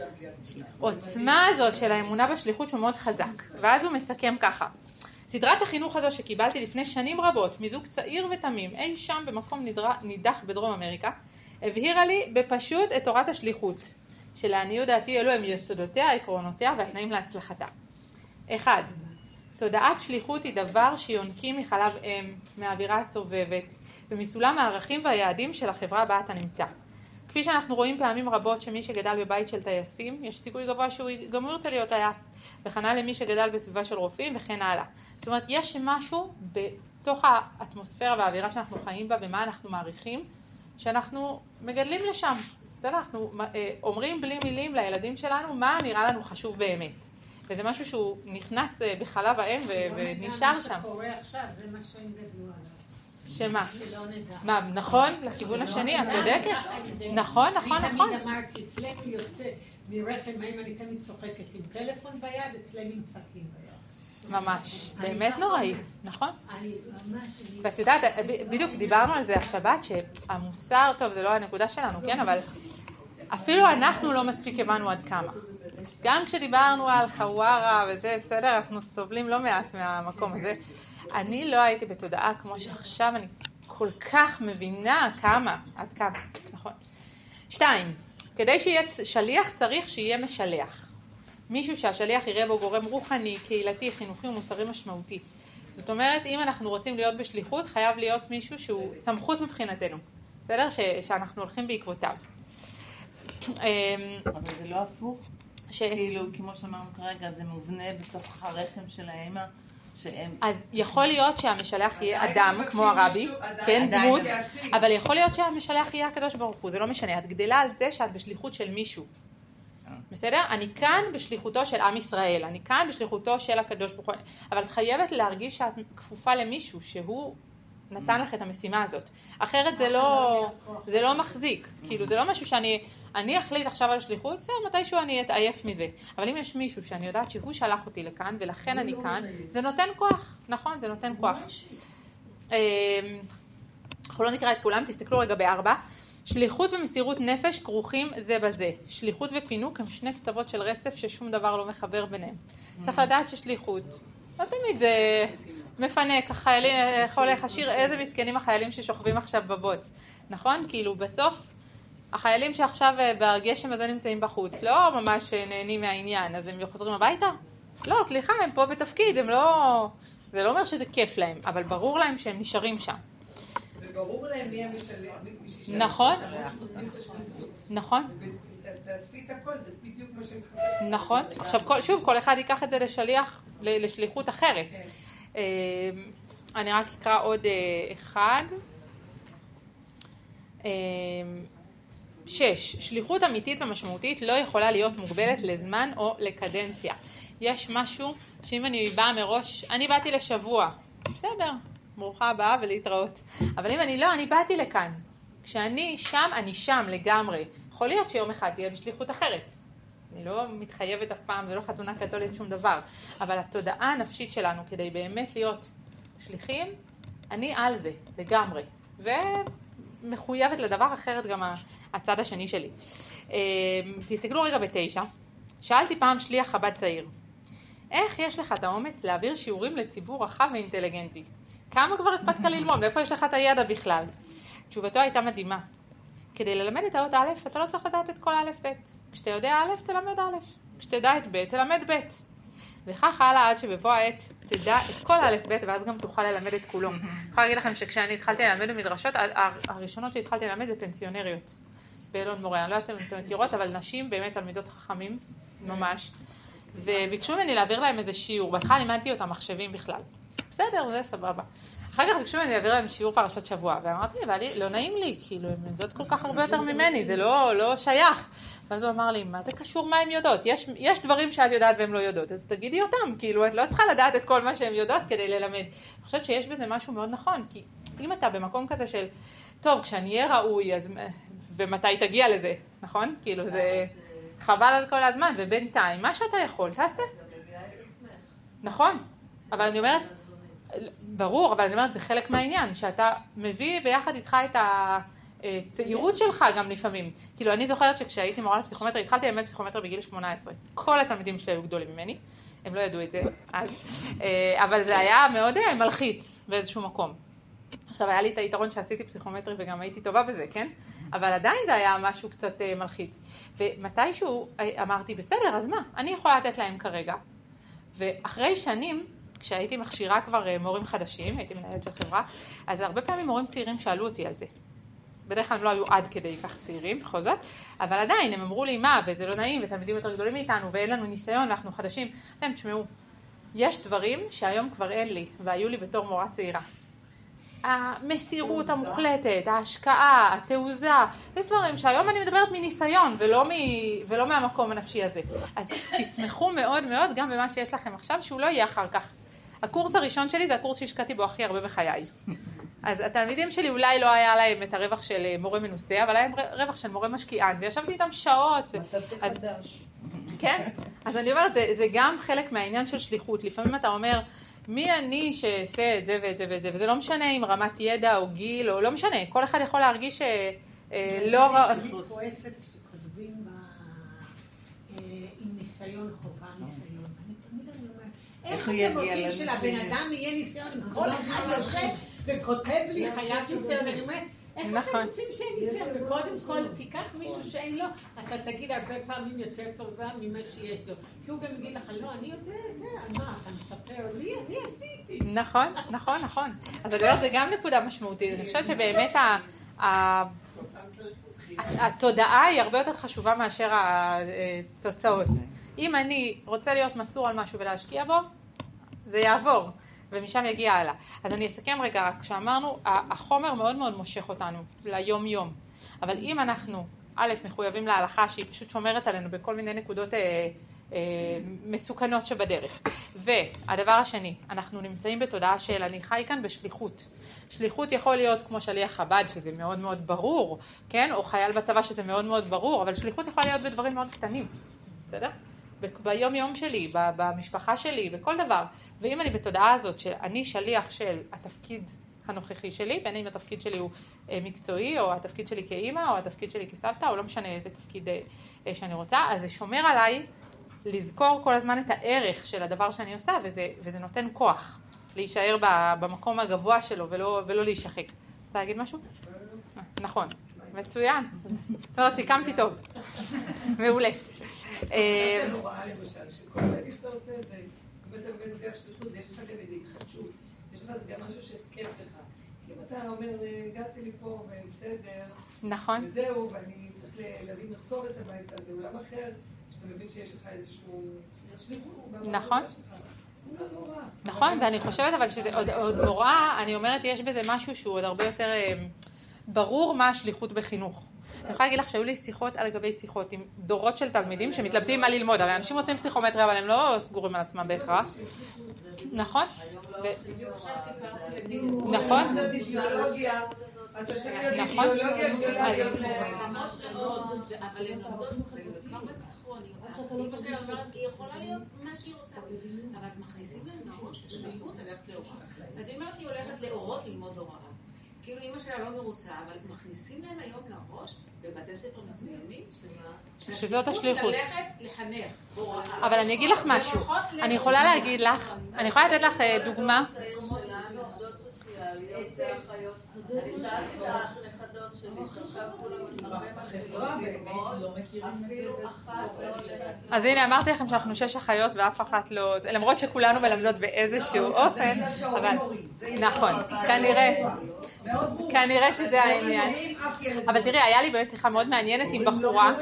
בעוצמה הזאת של האמונה בשליחות שהוא מאוד חזק. ואז הוא מסכם ככה. סדרת החינוך הזו שקיבלתי לפני שנים רבות, מזוג צעיר ותמים, אי שם במקום נידח בדרום אמריקה, הבהירה לי בפשוט את תורת השליחות, שלעניות דעתי אלו הם יסודותיה, עקרונותיה והתנאים להצלחתה. אחד, תודעת שליחות היא דבר שיונקים מחלב אם, מהאווירה הסובבת, ומסולם הערכים והיעדים של החברה בה אתה נמצא. כפי שאנחנו רואים פעמים רבות שמי שגדל בבית של טייסים, יש סיכוי גבוה שהוא גם הוא ירצה להיות טייס, וכנ"ל למי שגדל בסביבה של רופאים וכן הלאה. זאת אומרת, יש משהו בתוך האטמוספירה והאווירה שאנחנו חיים בה ומה אנחנו מעריכים, שאנחנו מגדלים לשם. בסדר, אנחנו אומרים בלי מילים לילדים שלנו מה נראה לנו חשוב באמת. וזה משהו שהוא נכנס בחלב האם ונשאר שם. מה שקורה עכשיו, זה מה שהם גדלו עליו. שמה? שלא נדע. מה, נכון? לכיוון השני, את צודקת? נכון, נכון, נכון. אני תמיד אמרתי, אצלנו יוצא מרחם האם אני תמיד צוחקת עם טלפון ביד, אצלנו עם סכין ביד. ממש, באמת נוראי, נכון? אני ממש... ואת יודעת, בדיוק דיברנו על זה השבת, שהמוסר, טוב, זה לא הנקודה שלנו, כן? אבל אפילו אנחנו לא מספיק הבנו עד כמה. גם כשדיברנו על חווארה וזה, בסדר, אנחנו סובלים לא מעט מהמקום הזה. אני לא הייתי בתודעה כמו שעכשיו אני כל כך מבינה כמה, עד כמה, נכון? שתיים, כדי שיהיה שליח צריך שיהיה משלח. מישהו שהשליח יראה בו גורם רוחני, קהילתי, חינוכי ומוסרי משמעותי. זאת אומרת, אם אנחנו רוצים להיות בשליחות, חייב להיות מישהו שהוא סמכות מבחינתנו. בסדר? ש- שאנחנו הולכים בעקבותיו. אבל זה לא הפוך? כאילו, כמו שאמרנו כרגע, זה מובנה בתוך הרחם של האמא, שהם... אז יכול להיות שהמשלח יהיה אדם, כמו הרבי, כן, דמות, אבל יכול להיות שהמשלח יהיה הקדוש ברוך הוא, זה לא משנה. את גדלה על זה שאת בשליחות של מישהו. בסדר? אני כאן בשליחותו של עם ישראל, אני כאן בשליחותו של הקדוש ברוך הוא, אבל את חייבת להרגיש שאת כפופה למישהו שהוא נתן לך את המשימה הזאת. אחרת זה לא, זה לא מחזיק. כאילו, זה לא משהו שאני, אני אחליט עכשיו על השליחות, זה מתישהו אני אתעייף מזה. אבל אם יש מישהו שאני יודעת שהוא שלח אותי לכאן, ולכן אני כאן, זה נותן כוח. נכון, זה נותן כוח. אנחנו לא נקרא את כולם, תסתכלו רגע בארבע. שליחות ומסירות נפש כרוכים זה בזה. שליחות ופינוק הם שני קצוות של רצף ששום דבר לא מחבר ביניהם. צריך לדעת ששליחות, לא תמיד זה מפנק, החיילים, יכול להשאיר איזה מסכנים החיילים ששוכבים עכשיו בבוץ. נכון? כאילו בסוף החיילים שעכשיו בגשם הזה נמצאים בחוץ, לא ממש נהנים מהעניין, אז הם חוזרים הביתה? לא, סליחה, הם פה בתפקיד, הם לא... זה לא אומר שזה כיף להם, אבל ברור להם שהם נשארים שם. וברור להם מי המשלח. נכון. נכון. תאספי את הכל, זה בדיוק מה שהם חסרים. נכון. עכשיו, שוב, כל אחד ייקח את זה לשליח, לשליחות אחרת. אני רק אקרא עוד אחד. שש, שליחות אמיתית ומשמעותית לא יכולה להיות מוגבלת לזמן או לקדנציה. יש משהו שאם אני באה מראש, אני באתי לשבוע, בסדר, ברוכה הבאה ולהתראות. אבל אם אני לא, אני באתי לכאן. כשאני שם, אני שם לגמרי. יכול להיות שיום אחד תהיה בשליחות אחרת. אני לא מתחייבת אף פעם, זה לא חתונה קתולית שום דבר. אבל התודעה הנפשית שלנו, כדי באמת להיות שליחים, אני על זה, לגמרי. ומחויבת לדבר אחרת גם הצד השני שלי. תסתכלו רגע בתשע. שאלתי פעם שליח חב"ד צעיר, איך יש לך את האומץ להעביר שיעורים לציבור רחב ואינטליגנטי? כמה כבר הספקת ללמוד? מאיפה יש לך את הידע בכלל? תשובתו הייתה מדהימה. כדי ללמד את האות א', אתה לא צריך לדעת את כל א' ב'. כשאתה יודע א', תלמד א'. כשתדע את ב', תלמד ב'. וכך הלאה עד שבבוא העת תדע את כל א' ב', ואז גם תוכל ללמד את כולו. אני יכולה להגיד לכם שכשאני התחלתי ללמד במדרשות, הראשונות שהתחלתי ללמד זה פנסיונריות. באלון מורה, אני לא יודעת אם אתם מכירות, אבל נשים באמת תלמידות חכמים, ממש. וביקשו ממני להעביר להם איזה שיעור. בהתחלה לימדתי אותם מחשבים בכלל. בסדר, זה סבבה. אחר כך ביקשו ממני להעביר להם שיעור פרשת שבוע, ואמרתי, אבל לא נעים לי, כאילו, הם יודעות כל כך הרבה יותר ממני, זה לא, לא שייך. ואז הוא אמר לי, מה זה קשור מה הם יודעות? יש, יש דברים שאת יודעת והם לא יודעות, אז תגידי אותם, כאילו, את לא צריכה לדעת את כל מה שהם יודעות כדי ללמד. אני חושבת שיש בזה משהו מאוד נכון, כי אם אתה במקום כזה של, טוב, כשאני אהיה ראוי, אז ומתי תגיע לזה, נכון? כאילו, זה חבל על כל הזמן, ובינתיים, מה שאתה יכול, תעשה. נכון, אבל אני אומרת, ברור, אבל אני אומרת, זה חלק מהעניין, שאתה מביא ביחד איתך את הצעירות שלך גם לפעמים. כאילו, אני זוכרת שכשהייתי מורה לפסיכומטרי, התחלתי ללמד פסיכומטרי בגיל שמונה עשרה. כל התלמידים שלי היו גדולים ממני, הם לא ידעו את זה אז, אבל זה היה מאוד מלחיץ באיזשהו מקום. עכשיו, היה לי את היתרון שעשיתי פסיכומטרי וגם הייתי טובה בזה, כן? אבל עדיין זה היה משהו קצת מלחיץ. ומתישהו אמרתי, בסדר, אז מה? אני יכולה לתת להם כרגע. ואחרי שנים, כשהייתי מכשירה כבר מורים חדשים, הייתי מנהלת של חברה, אז הרבה פעמים מורים צעירים שאלו אותי על זה. בדרך כלל הם לא היו עד כדי כך צעירים, בכל זאת, אבל עדיין הם אמרו לי, מה, וזה לא נעים, ותלמידים יותר גדולים מאיתנו, ואין לנו ניסיון, ואנחנו חדשים. אתם תשמעו, יש דברים שהיום כבר אין לי, והיו לי בתור מורה צעירה. המסירות המוחלטת, ההשקעה, התעוזה, יש דברים שהיום אני מדברת מניסיון, ולא, מ... ולא מהמקום הנפשי הזה. אז תשמחו מאוד מאוד גם במה שיש לכם עכשיו, שהוא לא יהיה אחר כך. הקורס הראשון שלי זה הקורס שהשקעתי בו הכי הרבה בחיי. אז התלמידים שלי אולי לא היה להם את הרווח של מורה מנוסה, אבל היה להם רווח של מורה משקיען, וישבתי איתם שעות. מתתי חדש. כן, אז אני אומרת, זה, זה גם חלק מהעניין של שליחות. לפעמים אתה אומר, מי אני שעושה את זה ואת זה ואת זה, וזה לא משנה אם רמת ידע או גיל, או לא משנה, כל אחד יכול להרגיש שלא... אני תמיד כועסת כשכותבים עם ניסיון, חובה ניסיון. אני תמיד אני אומרת, איך אתם רוצים שלבן אדם יהיה ניסיון עם כל אחד יושב וכותב לי חייב ניסיון, אני אומרת, איך אתם רוצים שיהיה ניסיון? וקודם כל תיקח מישהו שאין לו, אתה תגיד הרבה פעמים יותר טובה ממה שיש לו. כי הוא גם יגיד לך, לא, אני יודע, מה, אתה מספר לי, אני עשיתי. נכון, נכון, נכון. אז אני אומרת, זה גם נקודה משמעותית. אני חושבת שבאמת התודעה היא הרבה יותר חשובה מאשר התוצאות. אם אני רוצה להיות מסור על משהו ולהשקיע בו, זה יעבור. ומשם יגיע הלאה. אז אני אסכם רגע, כשאמרנו, החומר מאוד מאוד מושך אותנו ליום יום. אבל אם אנחנו, א', מחויבים להלכה שהיא פשוט שומרת עלינו בכל מיני נקודות אה, אה, מסוכנות שבדרך. והדבר השני, אנחנו נמצאים בתודעה של אני חי כאן בשליחות. שליחות יכול להיות כמו שליח חב"ד, שזה מאוד מאוד ברור, כן? או חייל בצבא שזה מאוד מאוד ברור, אבל שליחות יכולה להיות בדברים מאוד קטנים. בסדר? ביום יום שלי, במשפחה שלי, בכל דבר. ואם אני בתודעה הזאת שאני שליח של התפקיד הנוכחי שלי, בין אם התפקיד שלי הוא מקצועי, או התפקיד שלי כאימא, או התפקיד שלי כסבתא, או לא משנה איזה תפקיד שאני רוצה, אז זה שומר עליי לזכור כל הזמן את הערך של הדבר שאני עושה, וזה, וזה נותן כוח להישאר במקום הגבוה שלו ולא, ולא להישחק. רוצה להגיד משהו? נכון. מצוין. לא, סיכמתי טוב. מעולה. זה נורא למשל, שכל פעם שאתה עושה את זה, אם אתה עובד דרך שליחות, יש לך גם איזו התחדשות, יש לך גם משהו שכיף לך. אם אתה אומר, הגעתי לי פה ובסדר, נכון. וזהו, ואני צריך להביא משכורת הביתה, זה עולם אחר, שאתה מבין שיש לך איזשהו שליחות. נכון. נכון, ואני חושבת אבל שזה עוד נורא, אני אומרת, יש בזה משהו שהוא עוד הרבה יותר ברור מה השליחות בחינוך. אני יכולה להגיד לך שהיו לי שיחות על גבי שיחות עם דורות של תלמידים שמתלבטים מה ללמוד, הרי אנשים עושים פסיכומטריה אבל הם לא סגורים על עצמם בהכרח. נכון? נכון? נכון? אבל הן לומדות כבר בתיכון, אמא שלי אומרת, היא יכולה להיות מה שהיא רוצה, אבל מכניסים להם לראש שליחות ללכת להוראה. אז היא אומרת, היא הולכת להורות ללמוד הוראה. כאילו אמא שלה לא מרוצה, אבל מכניסים להם היום לראש, בבתי ספר מסוימים, שזאת השליחות. ללכת לחנך הוראה. אבל אני אגיד לך משהו, אני יכולה להגיד לך, אני יכולה לתת לך דוגמה. אני שאלתי את הנכדות שלי, שעכשיו כולם הרבה מתחילים ללמוד, אפילו אחת לא הולכת. אז הנה, אמרתי לכם שאנחנו שש אחיות ואף אחת לא, למרות שכולנו מלמדות באיזשהו אופן, אבל נכון, כנראה, כנראה שזה העניין. אבל תראי, היה לי באמת שיחה מאוד מעניינת עם בחורה,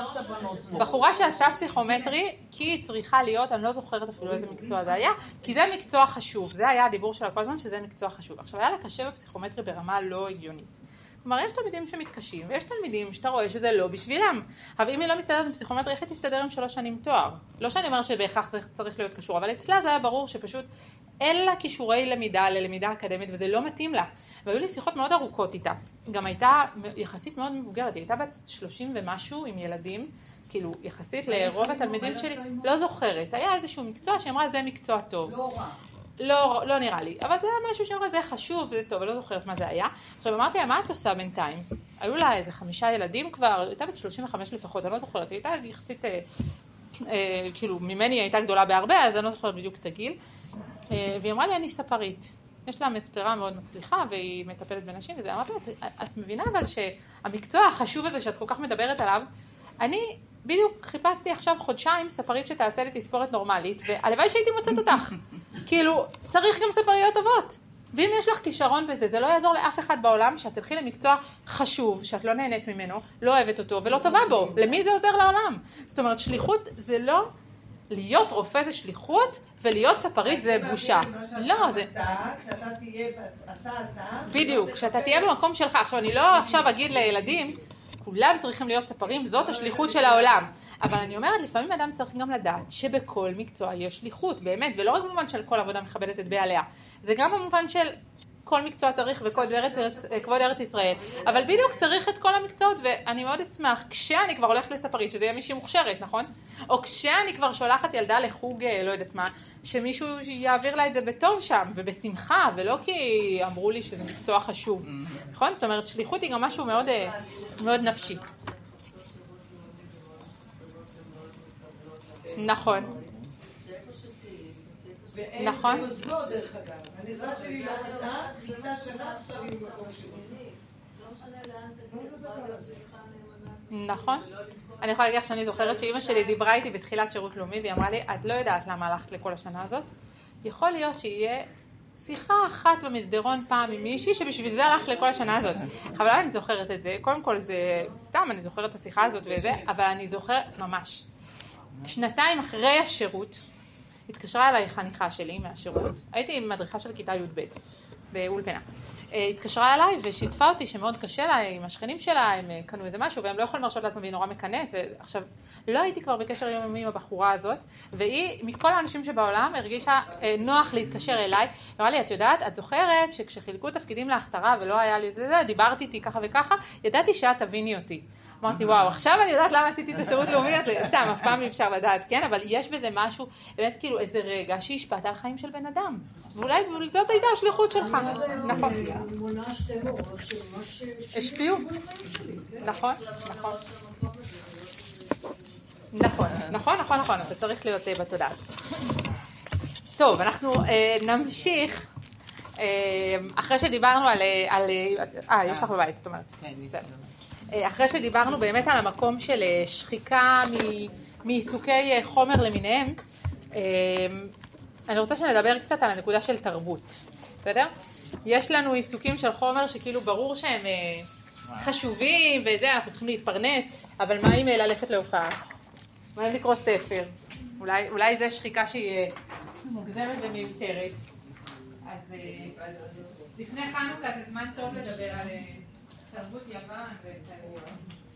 בחורה שעשה פסיכומטרי, כי היא צריכה להיות, אני לא זוכרת אפילו איזה מקצוע זה היה, כי זה מקצוע חשוב, זה היה הדיבור שלה כל הזמן שזה מקצוע חשוב. עכשיו היה לה קשה בפסיכומטרי ברמה לא הגיונית. כלומר, יש תלמידים שמתקשים, ויש תלמידים שאתה רואה שזה לא בשבילם. אבל אם היא לא מסתדרת בפסיכומטרי, איך היא תסתדר עם שלוש שנים תואר? לא שאני אומר שבהכרח זה צריך להיות קשור, אבל אצלה זה היה ברור שפשוט אין לה כישורי למידה ללמידה אקדמית, וזה לא מתאים לה. והיו לי שיחות מאוד ארוכות איתה. גם הייתה יחסית מאוד מבוגרת, היא הייתה בת שלושים ומשהו עם ילדים, כאילו יחסית לרוב התלמידים שלי, לא זוכרת. היה איזשהו מקצוע שאמרה, זה מקצוע טוב. לא רע. לא, לא נראה לי, אבל זה היה משהו שאמרה, זה חשוב, זה טוב, אני לא זוכרת מה זה היה. עכשיו אמרתי, מה את עושה בינתיים? היו לה איזה חמישה ילדים כבר, הייתה בת שלושים וחמש לפחות, אני לא זוכרת, היא הייתה יחסית, אה, אה, כאילו, ממני הייתה גדולה בהרבה, אז אני לא זוכרת בדיוק את הגיל. אה, והיא אמרה לי, אני ספרית. יש לה מספרה מאוד מצליחה, והיא מטפלת בנשים, וזה אמרתי, את, את מבינה אבל שהמקצוע החשוב הזה שאת כל כך מדברת עליו, אני בדיוק חיפשתי עכשיו חודשיים ספרית שתעשה לי תספורת נורמלית, והלוואי שהייתי מוצאת אותך. כאילו, צריך גם ספריות טובות. ואם יש לך כישרון בזה, זה לא יעזור לאף אחד בעולם שאת תלכי למקצוע חשוב, שאת לא נהנית ממנו, לא אוהבת אותו ולא טובה בו. למי זה עוזר לעולם? זאת אומרת, שליחות זה לא, להיות רופא זה שליחות, ולהיות ספרית זה בושה. לא, זה... כשאתה תהיה, אתה, אתה... בדיוק, כשאתה תהיה במקום שלך. עכשיו, אני לא עכשיו אגיד לילדים, כולם צריכים להיות ספרים, זאת השליחות של העולם. אבל אני אומרת, לפעמים אדם צריך גם לדעת שבכל מקצוע יש שליחות, באמת, ולא רק במובן של כל עבודה מכבדת את בעליה. זה גם במובן של כל מקצוע צריך וכבוד ארץ, כבוד ארץ ישראל. אבל בדיוק צריך את כל המקצועות, ואני מאוד אשמח, כשאני כבר הולכת לספרית, שזה יהיה מישהי מוכשרת, נכון? או כשאני כבר שולחת ילדה לחוג, לא יודעת מה, שמישהו יעביר לה את זה בטוב שם, ובשמחה, ולא כי אמרו לי שזה מקצוע חשוב. נכון? זאת אומרת, שליחות היא גם משהו מאוד, מאוד נפשי. נכון. נכון. ואין יוזמות דרך אגב. אני יודעת שהיא רוצה, חיכתה שנה עכשיו עם מקום שרוצה. לא משנה לאן תגיד, זה בא להיות שליחה נאמנה. נכון. אני יכולה להגיד לך שאני זוכרת שאמא שלי דיברה איתי בתחילת שירות לאומי, והיא אמרה לי, את לא יודעת למה הלכת לכל השנה הזאת. יכול להיות שיהיה שיחה אחת במסדרון פעם עם מישהי שבשביל זה הלכת לכל השנה הזאת. אבל אני זוכרת את זה. קודם כל זה, סתם אני זוכרת את השיחה הזאת וזה, אבל אני זוכרת ממש. שנתיים אחרי השירות, התקשרה אליי חניכה שלי מהשירות, הייתי מדריכה של כיתה י"ב באולפנה, התקשרה אליי ושיתפה אותי שמאוד קשה לה עם השכנים שלה, הם קנו איזה משהו והם לא יכולים לרשות לעצמם והיא נורא מקנאת, ועכשיו לא הייתי כבר בקשר יומיומי עם הבחורה הזאת, והיא מכל האנשים שבעולם הרגישה נוח להתקשר אליי, אמרה לי, את יודעת, את זוכרת שכשחילקו תפקידים להכתרה ולא היה לי זה, דיברתי איתי ככה וככה, ידעתי שאת תביני אותי. אמרתי, וואו, עכשיו אני יודעת למה עשיתי את השירות לאומי הזה, סתם, אף פעם אי אפשר לדעת, כן? אבל יש בזה משהו, באמת כאילו איזה רגע שהשפעת על חיים של בן אדם. ואולי זאת הייתה השליחות שלך. נכון. השפיעו. נכון, נכון. נכון, נכון, נכון, נכון, אתה צריך להיות בתודעה הזאת. טוב, אנחנו נמשיך, אחרי שדיברנו על... אה, יש לך בבית, זאת אומרת. כן, אחרי שדיברנו באמת על המקום של שחיקה מעיסוקי חומר למיניהם, אני רוצה שנדבר קצת על הנקודה של תרבות, בסדר? יש לנו עיסוקים של חומר שכאילו ברור שהם חשובים וזה, אנחנו צריכים להתפרנס, אבל מה אם ללכת להופעה? מה אם לקרוא ספר? אולי, אולי זה שחיקה שהיא מוגזמת ומיותרת. אז לפני חנוכה זה זמן טוב לדבר על... תרבות יוון וכאלה.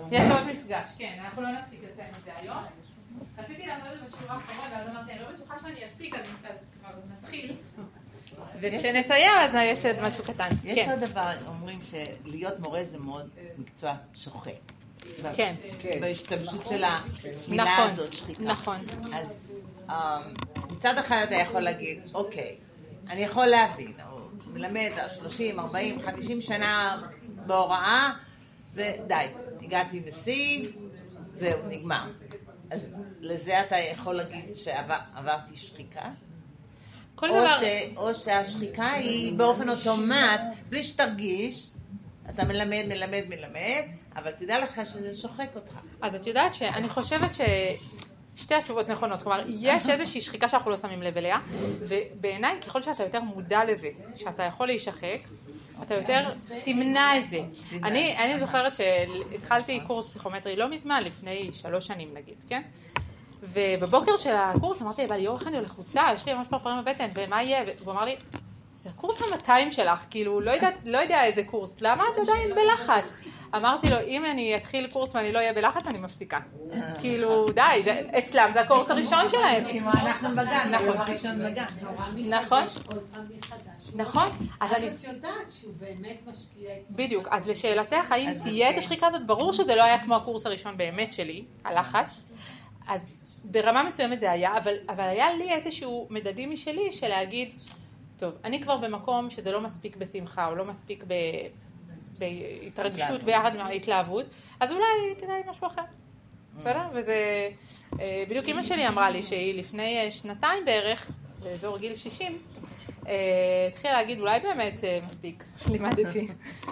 יש עוד מפגש, כן, אנחנו לא נספיק לסיים את זה היום. רציתי לעשות את זה בשיעור האחרון, ואז אמרתי, אני לא בטוחה שאני אספיק, אז כבר נתחיל. וכשנסיים, אז יש עוד משהו קטן. יש עוד דבר, אומרים שלהיות מורה זה מאוד מקצוע שוחק. כן. בהשתמשות של המילה הזאת, שחיקה. נכון. אז מצד אחד אתה יכול להגיד, אוקיי, אני יכול להבין, הוא מלמד שלושים, ארבעים, חמישים שנה בהוראה, ודי, הגעתי לשיא, זהו, נגמר. אז לזה אתה יכול להגיד שעברתי שחיקה? או, דבר... ש... או שהשחיקה היא באופן אוטומט, בלי שתרגיש, אתה מלמד, מלמד, מלמד, אבל תדע לך שזה שוחק אותך. אז את יודעת שאני חושבת ששתי התשובות נכונות, כלומר, יש איזושהי שחיקה שאנחנו לא שמים לב אליה, ובעיניי ככל שאתה יותר מודע לזה, שאתה יכול להישחק, אתה יותר תמנע את זה. אני, אני זוכרת שהתחלתי קורס פסיכומטרי לא מזמן, לפני שלוש שנים נגיד, כן? ובבוקר של הקורס אמרתי, אבל יור, איך אני הולך חוצה, יש לי ממש פרפרים בבטן, ומה יהיה? והוא אמר לי, זה הקורס ה-מאתיים שלך, כאילו, לא יודע, לא יודע איזה קורס, למה את עדיין בלחץ? אמרתי לו, אם אני אתחיל קורס ואני לא אהיה בלחץ, אני מפסיקה. כאילו, די, אצלם זה הקורס הראשון שלהם. אנחנו בגן, נכון. הראשון בגן. נכון. נכון. אז את יודעת שהוא באמת משקיע. בדיוק, אז לשאלתך, האם תהיה את השחיקה הזאת? ברור שזה לא היה כמו הקורס הראשון באמת שלי, הלחץ. אז ברמה מסוימת זה היה, אבל, אבל היה לי איזשהו מדדים משלי של להגיד, טוב, אני כבר במקום שזה לא מספיק בשמחה, או לא מספיק ב, בהתרגשות ביחד עם ההתלהבות, אז אולי כדאי משהו אחר. בסדר? וזה, בדיוק אמא שלי אמרה לי שהיא לפני שנתיים בערך, באזור גיל שישים, התחילה להגיד, אולי באמת מספיק, לימדתי.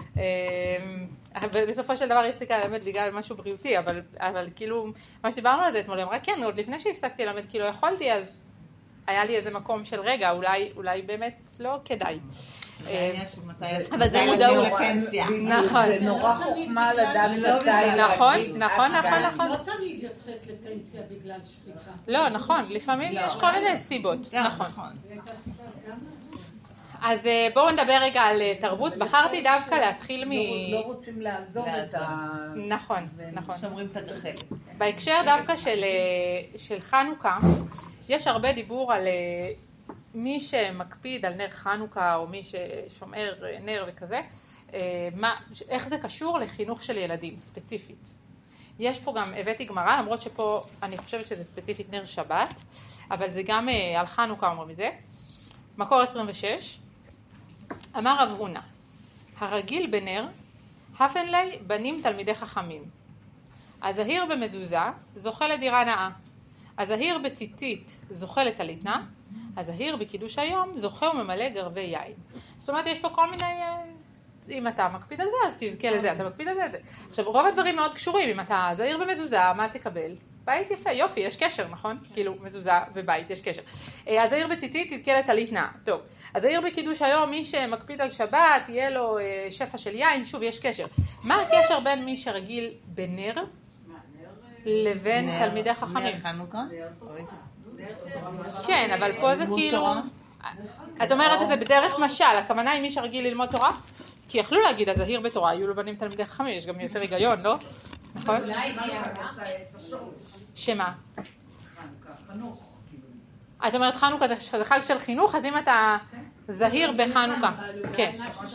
ובסופו של דבר היא הפסיקה ללמד בגלל משהו בריאותי, אבל, אבל כאילו, מה שדיברנו על זה אתמול, היא אמרה, כן, עוד לפני שהפסקתי ללמד, כאילו יכולתי, אז היה לי איזה מקום של רגע, אולי, אולי באמת לא כדאי. אבל זה מודעות. נכון. זה נורא חוכמה לדעת מתי. נכון, נכון, נכון, נכון. לא תמיד יוצאת לפנסיה בגלל שחיקה. לא, נכון, לפעמים יש כל מיני סיבות. נכון. אז בואו נדבר רגע על תרבות. בחרתי דווקא להתחיל מ... לא רוצים לעזוב את ה... נכון, נכון. שומרים את הגחלת. בהקשר דווקא של חנוכה, יש הרבה דיבור על מי שמקפיד על נר חנוכה, או מי ששומר נר וכזה, מה, איך זה קשור לחינוך של ילדים, ספציפית. יש פה גם, הבאתי גמרא, למרות שפה אני חושבת שזה ספציפית נר שבת, אבל זה גם על חנוכה אומרים את זה. מקור עשרים ושש, אמר רב הונא, הרגיל בנר, הפן לי בנים תלמידי חכמים. הזהיר במזוזה, זוכה לדירה נאה. הזהיר בציצית, זוכה לטליתנה. הזהיר בקידוש היום, זוכה וממלא גרבי יין. זאת אומרת, יש פה כל מיני... אם אתה מקפיד על זה, אז תזכה לזה, אתה מקפיד על זה. עכשיו, רוב הדברים מאוד קשורים. אם אתה זהיר במזוזה, מה תקבל? בית יפה, יופי, יש קשר, נכון? כאילו, מזוזה ובית, יש קשר. הזהיר בציצית, תזכה לטליתנה. טוב. הזהיר בקידוש היום, מי שמקפיד על שבת, יהיה לו שפע של יין, שוב, יש קשר. מה הקשר בין מי שרגיל בנר לבין תלמידי חכמים? נר חנוכה? כן, אבל פה זה כאילו... את אומרת את זה בדרך משל, הכוונה היא מי שרגיל ללמוד תורה? כי יכלו להגיד, הזהיר בתורה, היו לו בנים תלמידי חכמים, יש גם יותר היגיון, לא? נכון? שמה? חנוך. את אומרת חנוכה זה חג של חינוך, אז אם אתה זהיר בחנוכה. כן.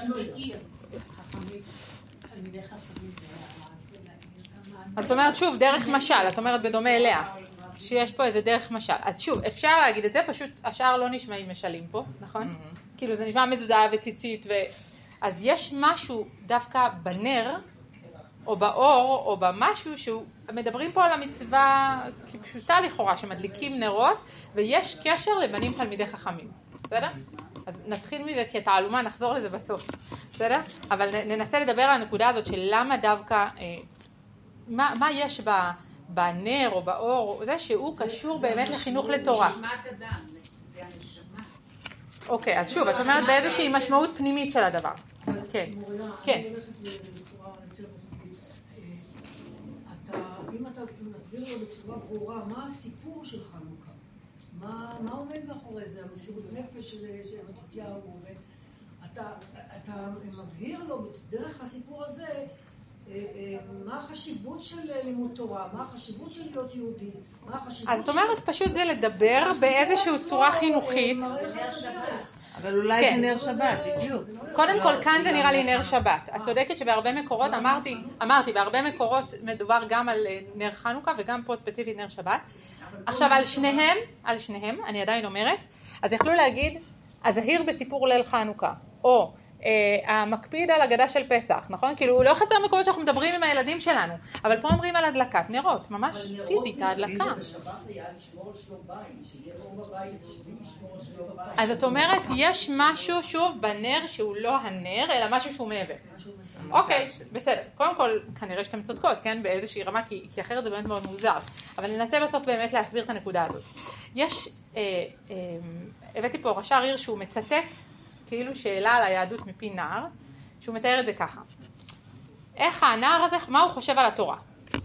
את אומרת שוב, דרך משל, את אומרת בדומה אליה, שיש פה איזה דרך משל. אז שוב, אפשר להגיד את זה, פשוט השאר לא נשמעים משלים פה, נכון? כאילו זה נשמע מזוזה וציצית, אז יש משהו דווקא בנר, או באור, או במשהו שהוא, מדברים פה על המצווה כפשוטה לכאורה, שמדליקים נרות, ויש קשר לבנים תלמידי חכמים, בסדר? אז נתחיל מזה כתעלומה, נחזור לזה בסוף, בסדר? אבל ננסה לדבר על הנקודה הזאת של למה דווקא, אה, מה, מה יש ב, בנר או באור, זה שהוא זה, קשור זה באמת לחינוך לתורה. זה נשמת אדם, זה הנשמה. אוקיי, אז שוב, את אומרת באיזושהי משמעות פנימית של הדבר. כן, כן. אם אתה מסביר לו בצורה ברורה, מה הסיפור של חנוכה? מה, מה עומד מאחורי זה? המסירות נפש של מתתיהו, ואתה אתה מבהיר לו דרך הסיפור הזה מה החשיבות של לימוד תורה? מה החשיבות של להיות יהודי? מה החשיבות אז את אומרת פשוט זה לדבר באיזושהי צורה חינוכית. אבל אולי זה נר שבת, בדיוק. קודם כל, כאן זה נראה לי נר שבת. את צודקת שבהרבה מקורות, אמרתי, אמרתי, בהרבה מקורות מדובר גם על נר חנוכה וגם פה ספציפית נר שבת. עכשיו, על שניהם, על שניהם, אני עדיין אומרת, אז יכלו להגיד, הזהיר בסיפור ליל חנוכה, או המקפיד על הגדה של פסח, נכון? כאילו, לא חסר מקומות שאנחנו מדברים עם הילדים שלנו, אבל פה אומרים על הדלקת נרות, ממש פיזית, ההדלקה. אז את אומרת, יש משהו שוב בנר שהוא לא הנר, אלא משהו שהוא מעבר. אוקיי, בסדר. קודם כל, כנראה שאתם צודקות, כן? באיזושהי רמה, כי, כי אחרת זה באמת מאוד מוזר. אבל ננסה בסוף באמת להסביר את הנקודה הזאת. יש, אה, אה, הבאתי פה ראשי עיר שהוא מצטט, כאילו שאלה על היהדות מפי נער, שהוא מתאר את זה ככה. איך הנער הזה, מה הוא חושב על התורה?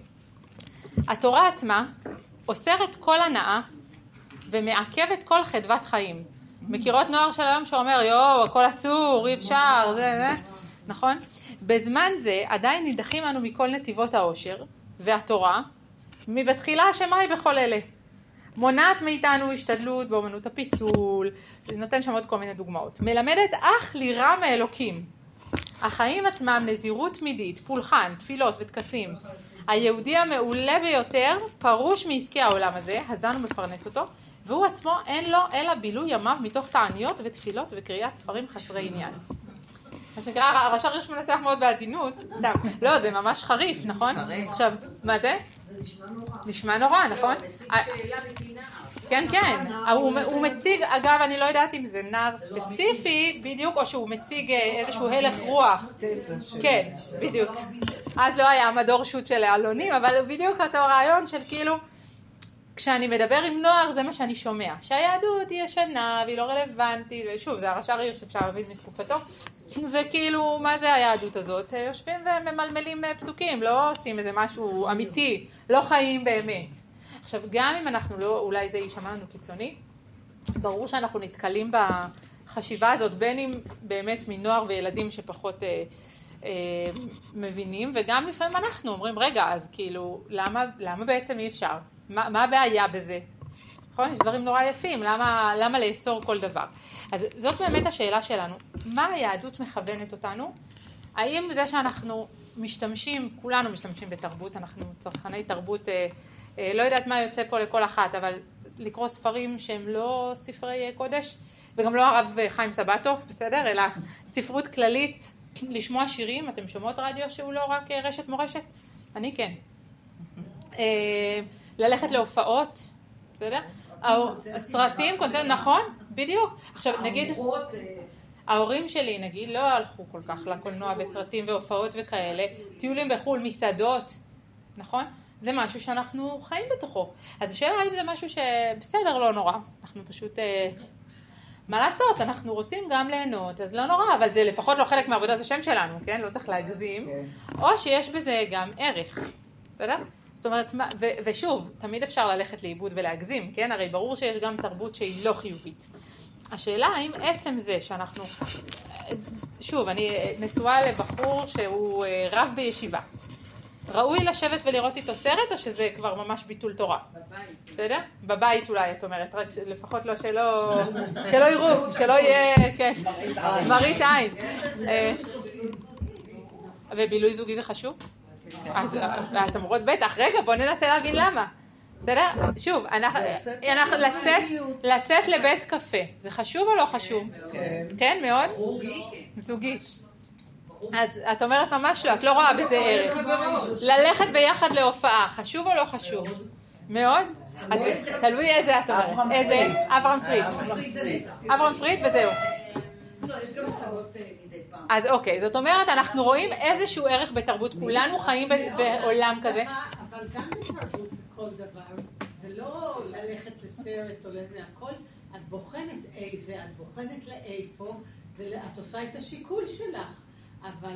התורה עצמה אוסרת כל הנאה ומעכבת כל חדוות חיים. מכירות נוער של היום שאומר, יו, הכל אסור, אי אפשר, זה, זה, נכון? בזמן זה עדיין נידחים אנו מכל נתיבות האושר, והתורה, מבתחילה השמה היא בכל אלה. מונעת מאיתנו השתדלות באמנות הפיסול, נותן שם עוד כל מיני דוגמאות. מלמדת אך לירא מאלוקים. החיים עצמם נזירות תמידית, פולחן, תפילות וטקסים. היהודי המעולה ביותר פרוש מעסקי העולם הזה, הזן ומפרנס אותו, והוא עצמו אין לו אלא בילוי ימיו מתוך תעניות ותפילות וקריאת ספרים חסרי עניין. מה שנקרא, הרש"ר הירש מנסח מאוד בעדינות, סתם, לא, זה ממש חריף, נכון? עכשיו, מה זה? זה נשמע נורא. נשמע נורא, נכון? כן, כן, הוא מציג, אגב, אני לא יודעת אם זה נער ספציפי, בדיוק, או שהוא מציג איזשהו הלך רוח. כן, בדיוק. אז לא היה מדור שוט של העלונים, אבל בדיוק אותו רעיון של כאילו, כשאני מדבר עם נוער זה מה שאני שומע, שהיהדות היא ישנה והיא לא רלוונטית, ושוב, זה הרש"ר הירש שאפשר להבין מתקופתו, וכאילו, מה זה היהדות הזאת? יושבים וממלמלים פסוקים, לא עושים איזה משהו אמיתי, לא חיים באמת. עכשיו, גם אם אנחנו לא, אולי זה יישמע לנו קיצוני, ברור שאנחנו נתקלים בחשיבה הזאת, בין אם באמת מנוער וילדים שפחות אה, אה, מבינים, וגם לפעמים אנחנו אומרים, רגע, אז כאילו, למה, למה בעצם אי אפשר? מה, מה הבעיה בזה? נכון? יש דברים נורא יפים, למה, למה לאסור כל דבר? אז זאת באמת השאלה שלנו, מה היהדות מכוונת אותנו? האם זה שאנחנו משתמשים, כולנו משתמשים בתרבות, אנחנו צרכני תרבות, אה, אה, לא יודעת מה יוצא פה לכל אחת, אבל לקרוא ספרים שהם לא ספרי קודש, וגם לא הרב חיים סבתו, בסדר? אלא ספרות כללית, לשמוע שירים, אתם שומעות רדיו שהוא לא רק רשת מורשת? אני כן. אה, ללכת להופעות, בסדר? סרטים, קונצרט, נכון? בדיוק. עכשיו נגיד, ההורים שלי נגיד לא הלכו כל כך לקולנוע בסרטים והופעות וכאלה, טיולים בחול, מסעדות, נכון? זה משהו שאנחנו חיים בתוכו. אז השאלה האם זה משהו שבסדר, לא נורא. אנחנו פשוט, מה לעשות? אנחנו רוצים גם ליהנות, אז לא נורא, אבל זה לפחות לא חלק מעבודת השם שלנו, כן? לא צריך להגזים. או שיש בזה גם ערך, בסדר? זאת אומרת, ו- ושוב, תמיד אפשר ללכת לאיבוד ולהגזים, כן? הרי ברור שיש גם תרבות שהיא לא חיובית. השאלה האם עצם זה שאנחנו, שוב, אני נשואה לבחור שהוא רב בישיבה. ראוי לשבת ולראות איתו סרט, או שזה כבר ממש ביטול תורה? בבית. בסדר? בבית אולי, את אומרת, רק לפחות לא שלא, שלא יראו, שלא יהיה, כן, מראית עין. ובילוי זוגי זה חשוב? אז את אומרות בטח, רגע, בוא ננסה להבין למה. בסדר? שוב, אנחנו לצאת לבית קפה, זה חשוב או לא חשוב? כן, מאוד? זוגי. אז את אומרת ממש לא, את לא רואה בזה ערך. ללכת ביחד להופעה, חשוב או לא חשוב? מאוד? אז תלוי איזה את אומרת. איזה? אברהם פריד. אברהם פריד וזהו. לא, יש גם הצעות מדי פעם. אז אוקיי, זאת אומרת, אנחנו רואים איזשהו ערך בתרבות, כולנו חיים בעולם כזה. אבל גם בתרבות כל דבר, זה לא ללכת לסרט או לזה הכל, את בוחנת איזה, את בוחנת לאיפה, ואת עושה את השיקול שלך. אבל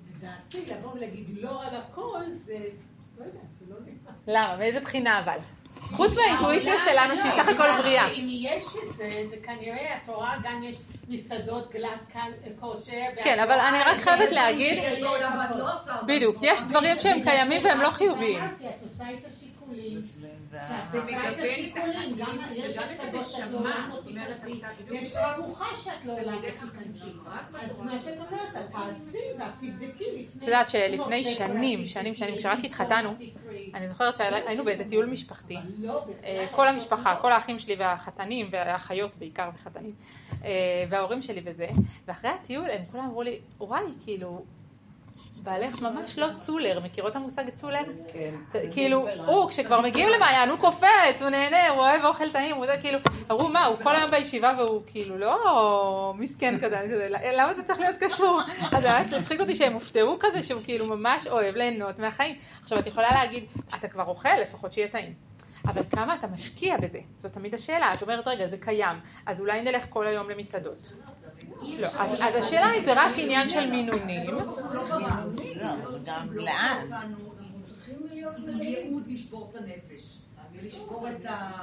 לדעתי, לבוא ולהגיד לא על הכל, זה, לא יודעת, זה לא נראה. למה? מאיזה בחינה אבל? חוץ מהאינטואיציה שלנו שהיא ככה כל בריאה. אם יש את זה, זה כנראה התורה גם יש מסעדות גלת כושר. כן, אבל אני רק חייבת להגיד, בדיוק, יש דברים שהם קיימים והם לא חיוביים. את עושה את השיקולים. שאת עושה את השיקולים. גם יש הצגות שאת לא עולה אותי, יש ארוחה שאת לא עולה אותי. אז מה שאת אומרת, את תעשי ואת תבדקי לפני. את יודעת שלפני שנים, שנים, שנים, כשרק התחתנו, אני זוכרת שהיינו באיזה טיול משפחתי, כל המשפחה, כל האחים שלי והחתנים והאחיות בעיקר וחתנים, וההורים שלי וזה, ואחרי הטיול הם כולם אמרו לי, וואי, כאילו, בעלך ממש לא צולר, מכירות המושג צולר? כן. כאילו, הוא, כשכבר מגיעים למעיין, הוא קופץ, הוא נהנה, הוא אוהב אוכל טעים, הוא זה כאילו, אמרו מה, הוא כל היום בישיבה והוא כאילו לא מסכן כזה, למה זה צריך להיות קשור? אז באמת, הצחיק אותי שהם הופתעו כזה, שהוא כאילו ממש אוהב ליהנות מהחיים. עכשיו, את יכולה להגיד, אתה כבר אוכל, לפחות שיהיה טעים. אבל כמה אתה משקיע בזה? זאת תמיד השאלה. את אומרת, רגע, זה קיים, אז אולי נלך כל היום למסעדות. לא, אז השאלה היא, זה רק עניין של מינונים. גם לאן? אנחנו צריכים להיות בייעוד לשבור את הנפש, ולשבור את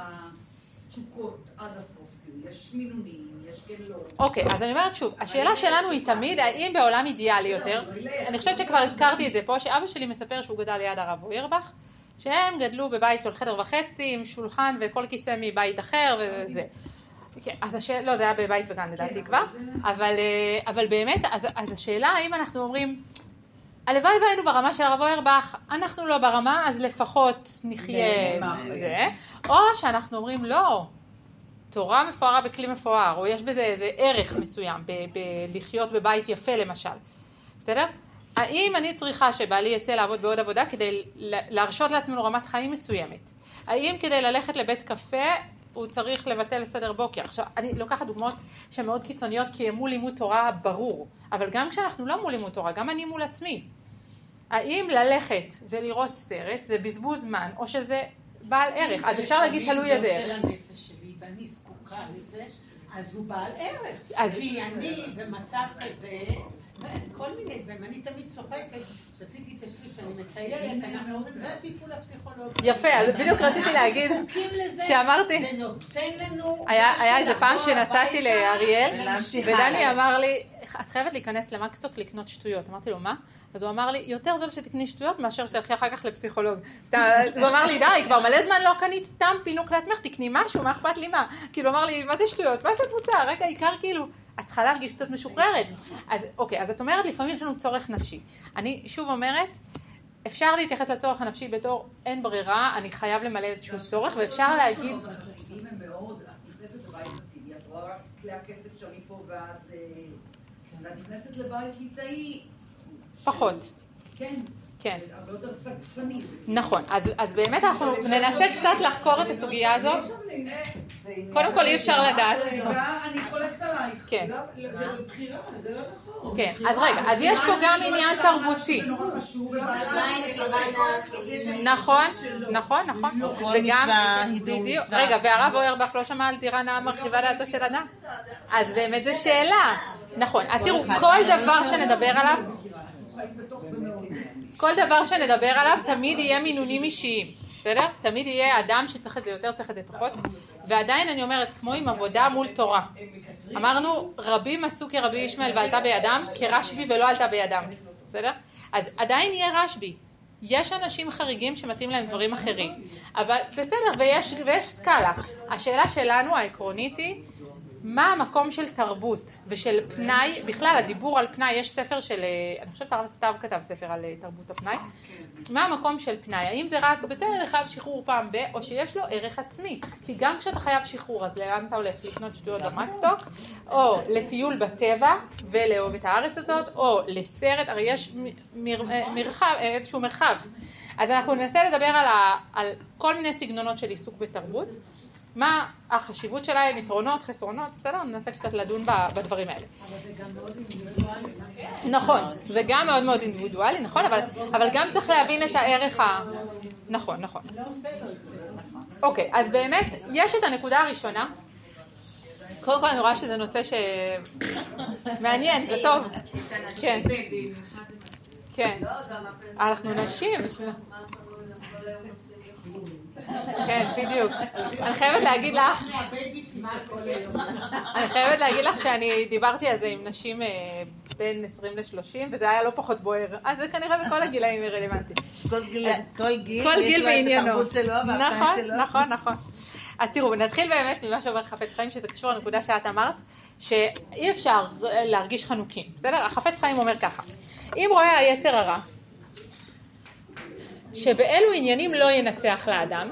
התשוקות עד הסוף. יש מינונים, יש כן לא. אוקיי, אז אני אומרת שוב, השאלה שלנו היא תמיד, האם בעולם אידיאלי יותר, אני חושבת שכבר הזכרתי את זה פה, שאבא שלי מספר שהוא גדל ליד הרב אוירבך, שהם גדלו בבית של חדר וחצי, עם שולחן וכל כיסא מבית אחר וזה. כן, אז השאלה, לא, זה היה בבית וגן לדעתי כבר, אבל, אבל באמת, אז, אז השאלה האם אנחנו אומרים, הלוואי והיינו ברמה של הרב אוירבך, אנחנו לא ברמה, אז לפחות נחיה זה, או שאנחנו אומרים, לא, תורה מפוארה בכלי מפואר, או יש בזה איזה ערך מסוים, בלחיות בבית יפה למשל, בסדר? האם אני צריכה שבעלי יצא לעבוד בעוד עבודה כדי להרשות לעצמנו רמת חיים מסוימת? האם כדי ללכת לבית קפה הוא צריך לבטל סדר בוקר? עכשיו, אני לוקחת דוגמאות שהן מאוד קיצוניות כי הם מול לימוד תורה ברור, אבל גם כשאנחנו לא מול לימוד תורה, גם אני מול עצמי. האם ללכת ולראות סרט זה בזבוז זמן או שזה בעל ערך? אז אפשר להגיד תלוי איזה ערך. זה עושה לנפש שלי ואני זקוקה לזה, אז הוא בעל ערך. כי אני במצב כזה, כל מיני דברים, אני תמיד צוחקת, שעשיתי את השביל שאני מציילת, אנחנו אומרים, זה הטיפול הפסיכולוגי. יפה, אז בדיוק רציתי להגיד, שאמרתי, זה נותן לנו... היה איזה פעם שנסעתי לאריאל, ודני אמר לי, את חייבת להיכנס למקסטוק לקנות שטויות. אמרתי לו, מה? אז הוא אמר לי, יותר זול שתקני שטויות מאשר שתלכי אחר כך לפסיכולוג. הוא אמר לי, די, כבר מלא זמן לא קנית סתם פינוק לעצמך, תקני משהו, מה אכפת לי מה? כאילו, אמר לי, מה זה שטויות? מה שאת רוצה? רגע, עיקר כאילו, את צריכה להרגיש קצת משוחררת. אז אוקיי, אז את אומרת, לפעמים יש לנו צורך נפשי. אני שוב אומרת, אפשר להתייחס לצורך הנפשי בתור אין ברירה, אני חייב למלא איזשהו צורך, ואפשר להגיד... החסידים הם מאוד, את נכנסת לבית חסידי, את רואה רק כלי הכסף שאני פה ואת נכנסת לבית ליטאי... פחות. כן. כן. הרבה יותר סגפני. נכון, אז, אז באמת אנחנו ננסה קצת לחקור את הסוגיה הזאת. קודם כל אי אפשר לדעת. אני חולקת עלייך. כן. זה בבחירה, זה לא נכון. כן, אז רגע, אז יש פה גם עניין תרבותי. נכון, נכון, נכון. וגם, רגע, והרב אוירבך לא שמע על דירה נאה מרחיבה דעתו של אדם? אז באמת זו שאלה. נכון, אז תראו, כל דבר שנדבר עליו, כל דבר שנדבר עליו תמיד יהיה מינונים אישיים, בסדר? תמיד יהיה אדם שצריך את זה יותר, צריך את זה פחות, ועדיין אני אומרת, כמו עם עבודה מול תורה. אמרנו, רבים עשו כרבי ישמעאל ועלתה בידם, כרשב"י ולא עלתה בידם, בסדר? אז עדיין יהיה רשב"י. יש אנשים חריגים שמתאים להם דברים אחרים, אבל בסדר, ויש, ויש סקאלה. השאלה שלנו, העקרונית היא, מה המקום של תרבות ושל פנאי, בכלל הדיבור על פנאי, יש ספר של, אני חושבת הרב סתיו כתב ספר על תרבות הפנאי, מה המקום של פנאי, האם זה רק, בסדר, חייב שחרור פעם ב, או שיש לו ערך עצמי, כי גם כשאתה חייב שחרור, אז לאן אתה הולך לקנות שטויות במקסטוק, או לטיול בטבע ולאהוב את הארץ הזאת, או לסרט, הרי יש מר, מרחב, איזשהו מרחב, אז אנחנו ננסה לדבר על, ה, על כל מיני סגנונות של עיסוק בתרבות, מה החשיבות שלהם, יתרונות, חסרונות, בסדר, ננסה קצת לדון בדברים האלה. אבל זה גם מאוד אינדיבידואלי. נכון, זה גם מאוד מאוד אינדיבידואלי, נכון, אבל, אבל גם צריך להבין את הערך ה... נכון, נכון. אוקיי, אז באמת, יש את הנקודה הראשונה. קודם כל אני רואה שזה נושא שמעניין, זה טוב. כן. כן. אנחנו נשים. כן, בדיוק. אני חייבת להגיד לך, אני חייבת להגיד לך שאני דיברתי על זה עם נשים בין עשרים לשלושים, וזה היה לא פחות בוער. אז זה כנראה בכל הגילאים רלוונטי. כל גיל יש לו את התרבות שלו והפתעה שלו. נכון, נכון. אז תראו, נתחיל באמת ממה שעובר חפץ חיים, שזה קשור לנקודה שאת אמרת, שאי אפשר להרגיש חנוקים. בסדר? החפץ חיים אומר ככה. אם רואה היצר הרע, שבאלו עניינים לא ינצח לאדם,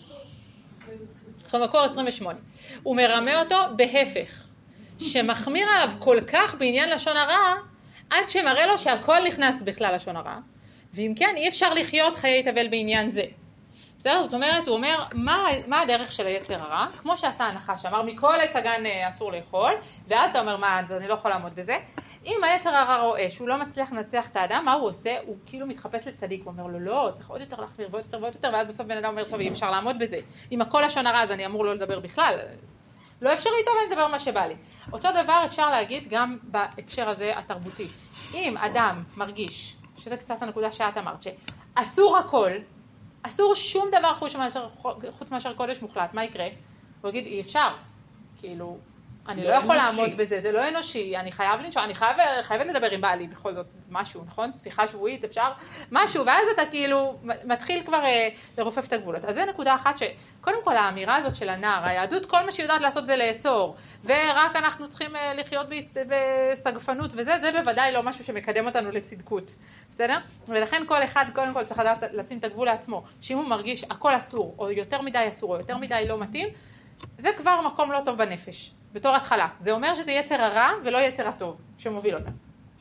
במקור עשרים ושמונה, הוא מרמה אותו בהפך, שמחמיר עליו כל כך בעניין לשון הרע, עד שמראה לו שהכל נכנס בכלל לשון הרע, ואם כן אי אפשר לחיות חיי תבל בעניין זה. בסדר? זאת אומרת, הוא אומר, מה, מה הדרך של היצר הרע? כמו שעשה הנחש, שאמר, מכל עץ הגן אסור לאכול, ואז אתה אומר, מה, אז אני לא יכול לעמוד בזה. אם היצר הרע רואה שהוא לא מצליח לנצח את האדם, מה הוא עושה? הוא כאילו מתחפש לצדיק, הוא אומר לו, לא, צריך עוד יותר להחמיר ועוד יותר ועוד יותר, ואז בסוף בן אדם אומר, טוב, אי אפשר לעמוד בזה. אם הכל לשון הרע, אז אני אמור לא לדבר בכלל. לא אפשרי טוב, אני אדבר מה שבא לי. אותו דבר אפשר להגיד גם בהקשר הזה התרבותי. אם אדם מרגיש, שזה קצת הנקודה שאת אמרת, שאסור הכל, אסור שום דבר חוץ מאשר, חוץ מאשר קודש מוחלט, מה יקרה? הוא יגיד, אי אפשר, כאילו, אני לא, לא יכול אנושי. לעמוד בזה, זה לא אנושי, אני חייב לנשוא, אני חייב, חייבת לדבר עם בעלי בכל זאת, משהו, נכון? שיחה שבועית, אפשר, משהו, ואז אתה כאילו מתחיל כבר אה, לרופף את הגבולות. אז זה נקודה אחת שקודם כל האמירה הזאת של הנער, היהדות, כל מה שיודעת לעשות זה לאסור, ורק אנחנו צריכים אה, לחיות בסגפנות וזה, זה בוודאי לא משהו שמקדם אותנו לצדקות, בסדר? ולכן כל אחד קודם כל צריך לדעת לשים את הגבול לעצמו, שאם הוא מרגיש הכל אסור, או יותר מדי אסור, או יותר מדי לא מתאים, זה כבר מקום לא טוב בנפש, בתור התחלה. זה אומר שזה יצר הרע ולא יצר הטוב שמוביל אותה.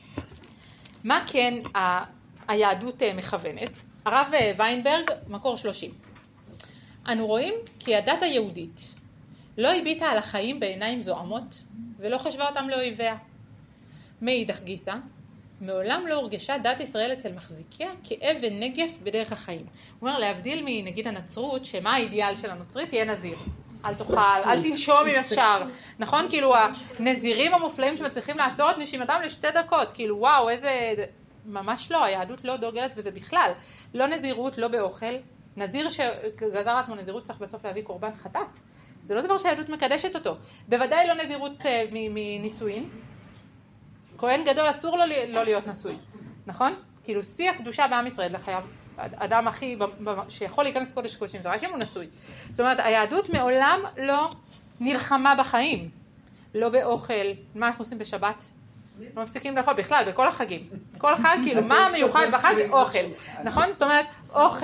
מה כן ה- היהדות מכוונת? הרב ויינברג, מקור שלושים. אנו רואים כי הדת היהודית לא הביטה על החיים בעיניים זועמות ולא חשבה אותם לאויביה. מאידך גיסא, מעולם לא הורגשה דת ישראל אצל מחזיקיה כאבן נגף בדרך החיים. הוא אומר, להבדיל מנגיד הנצרות, שמה האידיאל של הנוצרית? תהיה נזיר. אל תאכל, אל תנשום אם אפשר. נכון? כאילו הנזירים המופלאים שמצליחים לעצור את נשימתם לשתי דקות. כאילו וואו, איזה... ממש לא, היהדות לא דוגלת בזה בכלל. לא נזירות, לא באוכל. נזיר שגזר לעצמו נזירות צריך בסוף להביא קורבן חטאת. זה לא דבר שהיהדות מקדשת אותו. בוודאי לא נזירות מנישואין. כהן גדול אסור לו לא להיות נשוי. נכון? כאילו שיא הקדושה בעם ישראל לחייב. אדם הכי, שיכול להיכנס קודש קודשים, זה רק אם הוא נשוי. זאת אומרת, היהדות מעולם לא נלחמה בחיים. לא באוכל. מה אנחנו עושים בשבת? לא מפסיקים לאכול בכלל, בכל החגים. כל חג, כאילו, מה המיוחד בחג? אוכל. נכון? זאת אומרת, אוכל,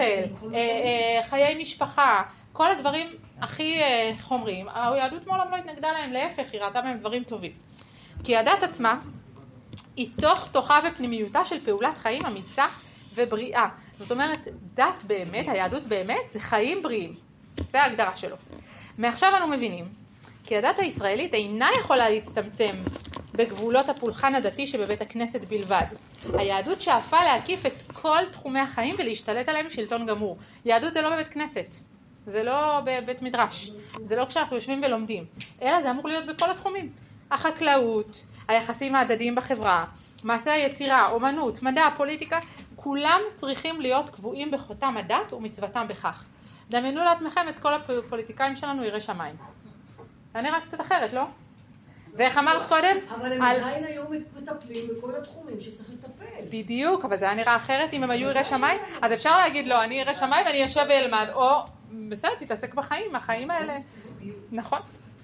חיי משפחה, כל הדברים הכי חומריים. היהדות מעולם לא התנגדה להם, להפך, היא ראתה בהם דברים טובים. כי הדת עצמה, היא תוך תוכה ופנימיותה של פעולת חיים אמיצה, ובריאה. זאת אומרת, דת באמת, היהדות באמת, זה חיים בריאים. זה ההגדרה שלו. מעכשיו אנו מבינים, כי הדת הישראלית אינה יכולה להצטמצם בגבולות הפולחן הדתי שבבית הכנסת בלבד. היהדות שאפה להקיף את כל תחומי החיים ולהשתלט עליהם שלטון גמור. יהדות זה לא בבית כנסת, זה לא בבית מדרש, זה לא כשאנחנו יושבים ולומדים, אלא זה אמור להיות בכל התחומים. החקלאות, היחסים ההדדיים בחברה, מעשה היצירה, אומנות, מדע, פוליטיקה, כולם צריכים להיות קבועים בחותם הדת ומצוותם בכך. דמיינו לעצמכם את כל הפוליטיקאים שלנו יראי שמיים. זה נראה קצת אחרת, לא? ואיך אמרת קודם? אבל הם עדיין היו מטפלים בכל התחומים שצריך לטפל. בדיוק, אבל זה היה נראה אחרת אם הם היו יראי שמיים. אז אפשר להגיד לו, אני ירא שמיים ואני יושב ואלמד, או בסדר, תתעסק בחיים, החיים האלה. נכון.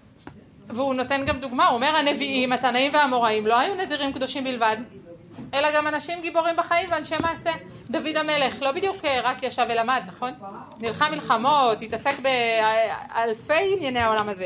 והוא נותן גם דוגמה, הוא אומר, הנביאים, התנאים והאמוראים לא היו נזירים קדושים בלבד, אלא גם אנשים גיבורים בחיים ואנשי מעשה. דוד המלך לא בדיוק רק ישב ולמד, נכון? נלחם מלחמות, התעסק באלפי ענייני העולם הזה.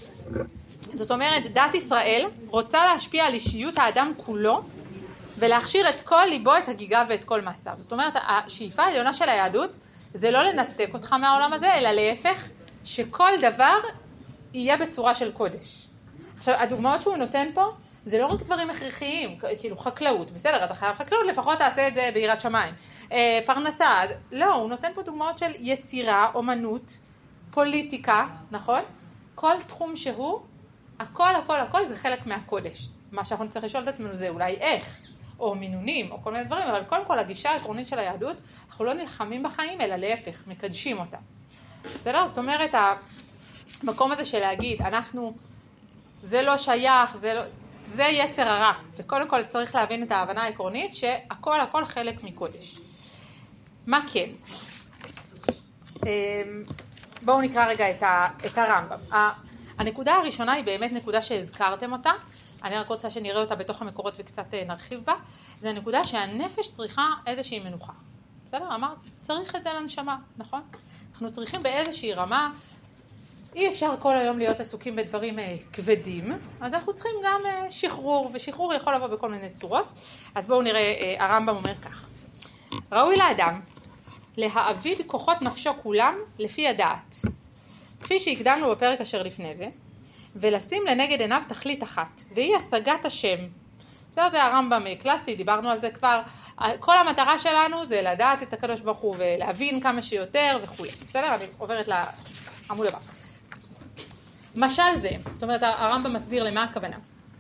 זאת אומרת, דת ישראל רוצה להשפיע על אישיות האדם כולו, ולהכשיר את כל ליבו, את הגיגה ואת כל מעשיו. זאת אומרת, השאיפה העליונה של היהדות, זה לא לנתק אותך מהעולם הזה, אלא להפך, שכל דבר יהיה בצורה של קודש. עכשיו, הדוגמאות שהוא נותן פה, זה לא רק דברים הכרחיים, כאילו חקלאות, בסדר, אתה חייב חקלאות, לפחות תעשה את זה ביראת שמיים. אה, פרנסה, לא, הוא נותן פה דוגמאות של יצירה, אומנות, פוליטיקה, נכון? כל תחום שהוא, הכל, הכל, הכל זה חלק מהקודש. מה שאנחנו צריכים לשאול את עצמנו זה אולי איך, או מינונים, או כל מיני דברים, אבל קודם כל הגישה העקרונית של היהדות, אנחנו לא נלחמים בחיים, אלא להפך, מקדשים אותה. בסדר? זאת אומרת, המקום הזה של להגיד, אנחנו, זה לא שייך, זה לא, זה יצר הרע. וקודם כל צריך להבין את ההבנה העקרונית שהכל הכל חלק מקודש. מה כן? בואו נקרא רגע את, ה, את הרמב"ם. הנקודה הראשונה היא באמת נקודה שהזכרתם אותה, אני רק רוצה שנראה אותה בתוך המקורות וקצת נרחיב בה, זה הנקודה שהנפש צריכה איזושהי מנוחה. בסדר? אמרת, צריך את זה לנשמה, נכון? אנחנו צריכים באיזושהי רמה, אי אפשר כל היום להיות עסוקים בדברים כבדים, אז אנחנו צריכים גם שחרור, ושחרור יכול לבוא בכל מיני צורות. אז בואו נראה, הרמב"ם אומר כך, ראוי לאדם להעביד כוחות נפשו כולם לפי הדעת, כפי שהקדמנו בפרק אשר לפני זה, ולשים לנגד עיניו תכלית אחת, והיא השגת השם. זה הרמב"ם קלאסי, דיברנו על זה כבר, כל המטרה שלנו זה לדעת את הקדוש ברוך הוא ולהבין כמה שיותר וכו'. בסדר? אני עוברת לעמוד הבא. משל זה, זאת אומרת הרמב"ם מסביר למה הכוונה.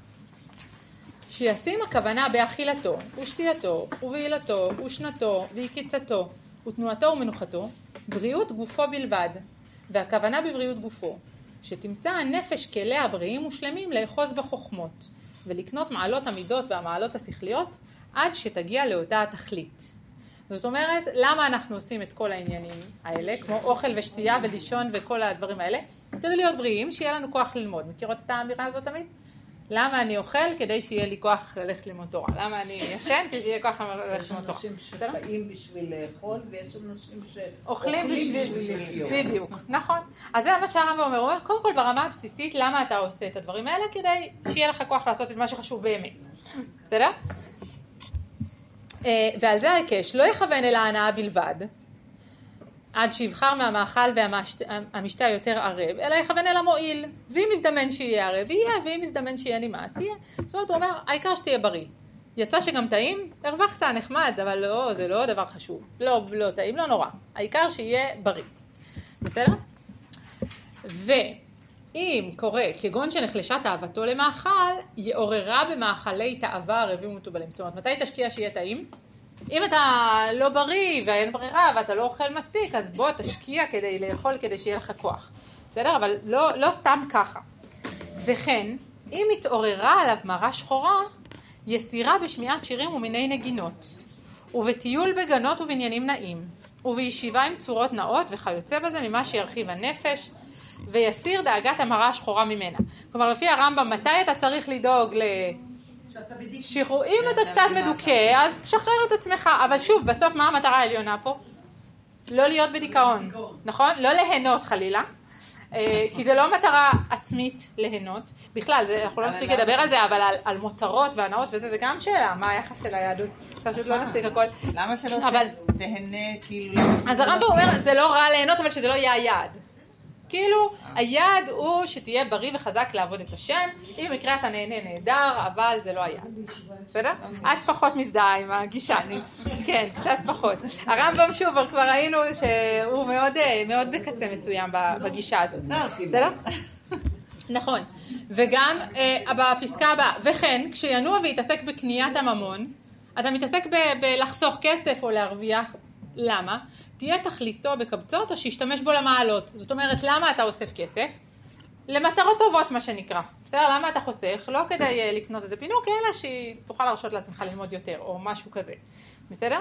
שישים הכוונה באכילתו ושתייתו ובעילתו ושנתו ועקיצתו ותנועתו ומנוחתו, בריאות גופו בלבד, והכוונה בבריאות גופו, שתמצא הנפש כלי הבריאים ושלמים לאחוז בחוכמות, ולקנות מעלות המידות והמעלות השכליות, עד שתגיע לאותה התכלית. זאת אומרת, למה אנחנו עושים את כל העניינים האלה, כמו אוכל ושתייה ולישון וכל הדברים האלה? כדי להיות בריאים, שיהיה לנו כוח ללמוד. מכירות את האמירה הזאת תמיד? למה אני אוכל? כדי שיהיה לי כוח ללכת ללמוד תורה. למה אני ישן? כדי שיהיה כוח ללכת ללמוד תורה. יש אנשים שחיים בשביל לאכול, ויש אנשים שאוכלים בשביל לחיות. בדיוק, נכון. אז זה מה שהרמב"ם אומר. הוא אומר, קודם כל ברמה הבסיסית, למה אתה עושה את הדברים האלה? כדי שיהיה לך כוח לעשות את מה שחשוב באמת. בסדר? ועל זה ההיקש, לא יכוון אל ההנאה בלבד, עד שיבחר מהמאכל והמשתה יותר ערב, אלא יכוון אל המועיל, ואם מזדמן שיהיה ערב, יהיה, ואם מזדמן שיהיה נמאס, יהיה. זאת אומרת, הוא אומר, העיקר שתהיה בריא. יצא שגם טעים, הרווחת, נחמד, אבל לא, זה לא דבר חשוב. לא, לא טעים, לא נורא. העיקר שיהיה בריא. בסדר? ואם קורה, כגון שנחלשה תאוותו למאכל, יעוררה במאכלי תאווה ערבים ומטובלים. זאת אומרת, מתי תשקיע שיהיה טעים? אם אתה לא בריא ואין ברירה ואתה לא אוכל מספיק, אז בוא תשקיע כדי לאכול, כדי שיהיה לך כוח. בסדר? אבל לא, לא סתם ככה. וכן, אם התעוררה עליו מרה שחורה, יסירה בשמיעת שירים ומיני נגינות, ובטיול בגנות ובניינים נעים, ובישיבה עם צורות נאות וכיוצא בזה ממה שירחיב הנפש, ויסיר דאגת המרה השחורה ממנה. כלומר, לפי הרמב"ם, מתי אתה צריך לדאוג ל... שחרור, אם אתה קצת מדוכא, אז תשחרר את עצמך, אבל שוב, בסוף מה המטרה העליונה פה? לא להיות בדיכאון, נכון? לא ליהנות חלילה, כי זה לא מטרה עצמית ליהנות, בכלל, אנחנו לא נספיק לדבר על זה, אבל על מותרות והנאות וזה, זה גם שאלה, מה היחס של היהדות? פשוט לא נספיק הכל. למה שלא תהנה, כאילו... אז הרמב"ם אומר, זה לא רע ליהנות, אבל שזה לא יהיה היעד. כאילו, היעד הוא שתהיה בריא וחזק לעבוד את השם, אם במקרה אתה נהנה נהדר, אבל זה לא היעד. בסדר? את פחות מזדהה עם הגישה. כן, קצת פחות. הרמב"ם שוב, כבר ראינו שהוא מאוד, מאוד בקצה מסוים בגישה הזאת. בסדר? נכון. וגם בפסקה הבאה, וכן, כשינוע ויתעסק בקניית הממון, אתה מתעסק בלחסוך כסף או להרוויח. למה? תהיה תכליתו בקבצות או שישתמש בו למעלות. זאת אומרת, למה אתה אוסף כסף? למטרות טובות, מה שנקרא. בסדר, למה אתה חוסך? לא כדי לקנות איזה פינוק, אלא שתוכל להרשות לעצמך ללמוד יותר, או משהו כזה. בסדר?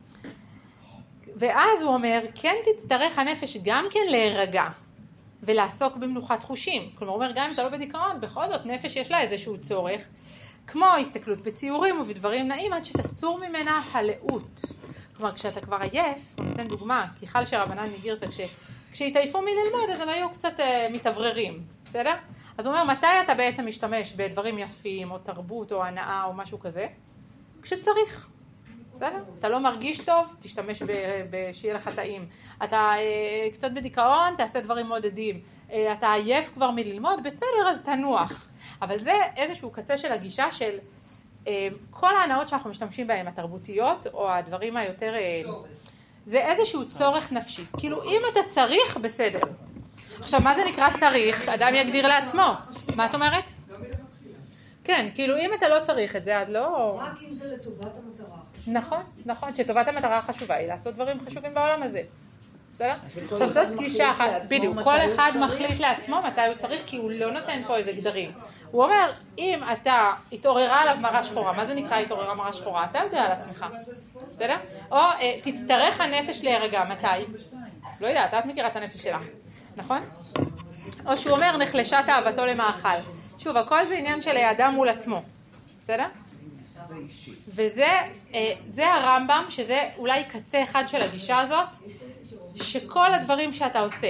ואז הוא אומר, כן תצטרך הנפש גם כן להירגע, ולעסוק במנוחת חושים. כלומר, הוא אומר, גם אם אתה לא בדיכאון, בכל זאת נפש יש לה איזשהו צורך, כמו הסתכלות בציורים ובדברים נעים, עד שתסור ממנה הלאות. כלומר, כשאתה כבר עייף, הוא נותן דוגמה, כי חל שרבנן מגירסה, כש, כשהתעייפו מללמוד, אז הם היו קצת uh, מתאווררים, בסדר? אז הוא אומר, מתי אתה בעצם משתמש בדברים יפים, או תרבות, או הנאה, או משהו כזה? כשצריך, בסדר? אתה לא מרגיש טוב, תשתמש בשיהיה לך טעים. אתה uh, קצת בדיכאון, תעשה דברים מעודדים. Uh, אתה עייף כבר מללמוד, בסדר, אז תנוח. אבל זה איזשהו קצה של הגישה של... כל ההנאות שאנחנו משתמשים בהם, התרבותיות או הדברים היותר, זה איזשהו צורך נפשי. כאילו אם אתה צריך, בסדר. עכשיו מה זה נקרא צריך? אדם יגדיר לעצמו. מה את אומרת? כן, כאילו אם אתה לא צריך את זה, אז לא... רק אם זה לטובת המטרה. נכון, נכון, שטובת המטרה החשובה היא לעשות דברים חשובים בעולם הזה. בסדר? עכשיו זאת גישה אחת, בדיוק, כל אחד מחליט לעצמו מתי הוא צריך, כי הוא לא נותן פה איזה גדרים. הוא אומר, אם אתה התעוררה עליו מראה שחורה, מה זה נקרא התעוררה מראה שחורה? אתה יודע על עצמך, בסדר? או תצטרך הנפש להירגע, מתי? לא יודעת, את מכירה את הנפש שלה, נכון? או שהוא אומר, נחלשה תאוותו למאכל. שוב, הכל זה עניין של האדם מול עצמו, בסדר? וזה זה הרמב"ם, שזה אולי קצה אחד של הגישה הזאת, שכל הדברים שאתה עושה,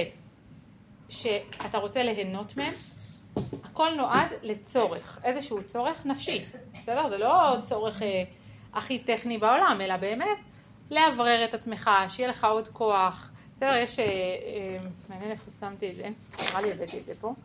שאתה רוצה ליהנות מהם, הכל נועד לצורך, איזשהו צורך נפשי, בסדר? זה לא צורך אה, הכי טכני בעולם, אלא באמת להברר את עצמך, שיהיה לך עוד כוח, בסדר? יש, אה, אה, מעניין איפה שמתי את זה, נראה לי הבאתי את זה פה.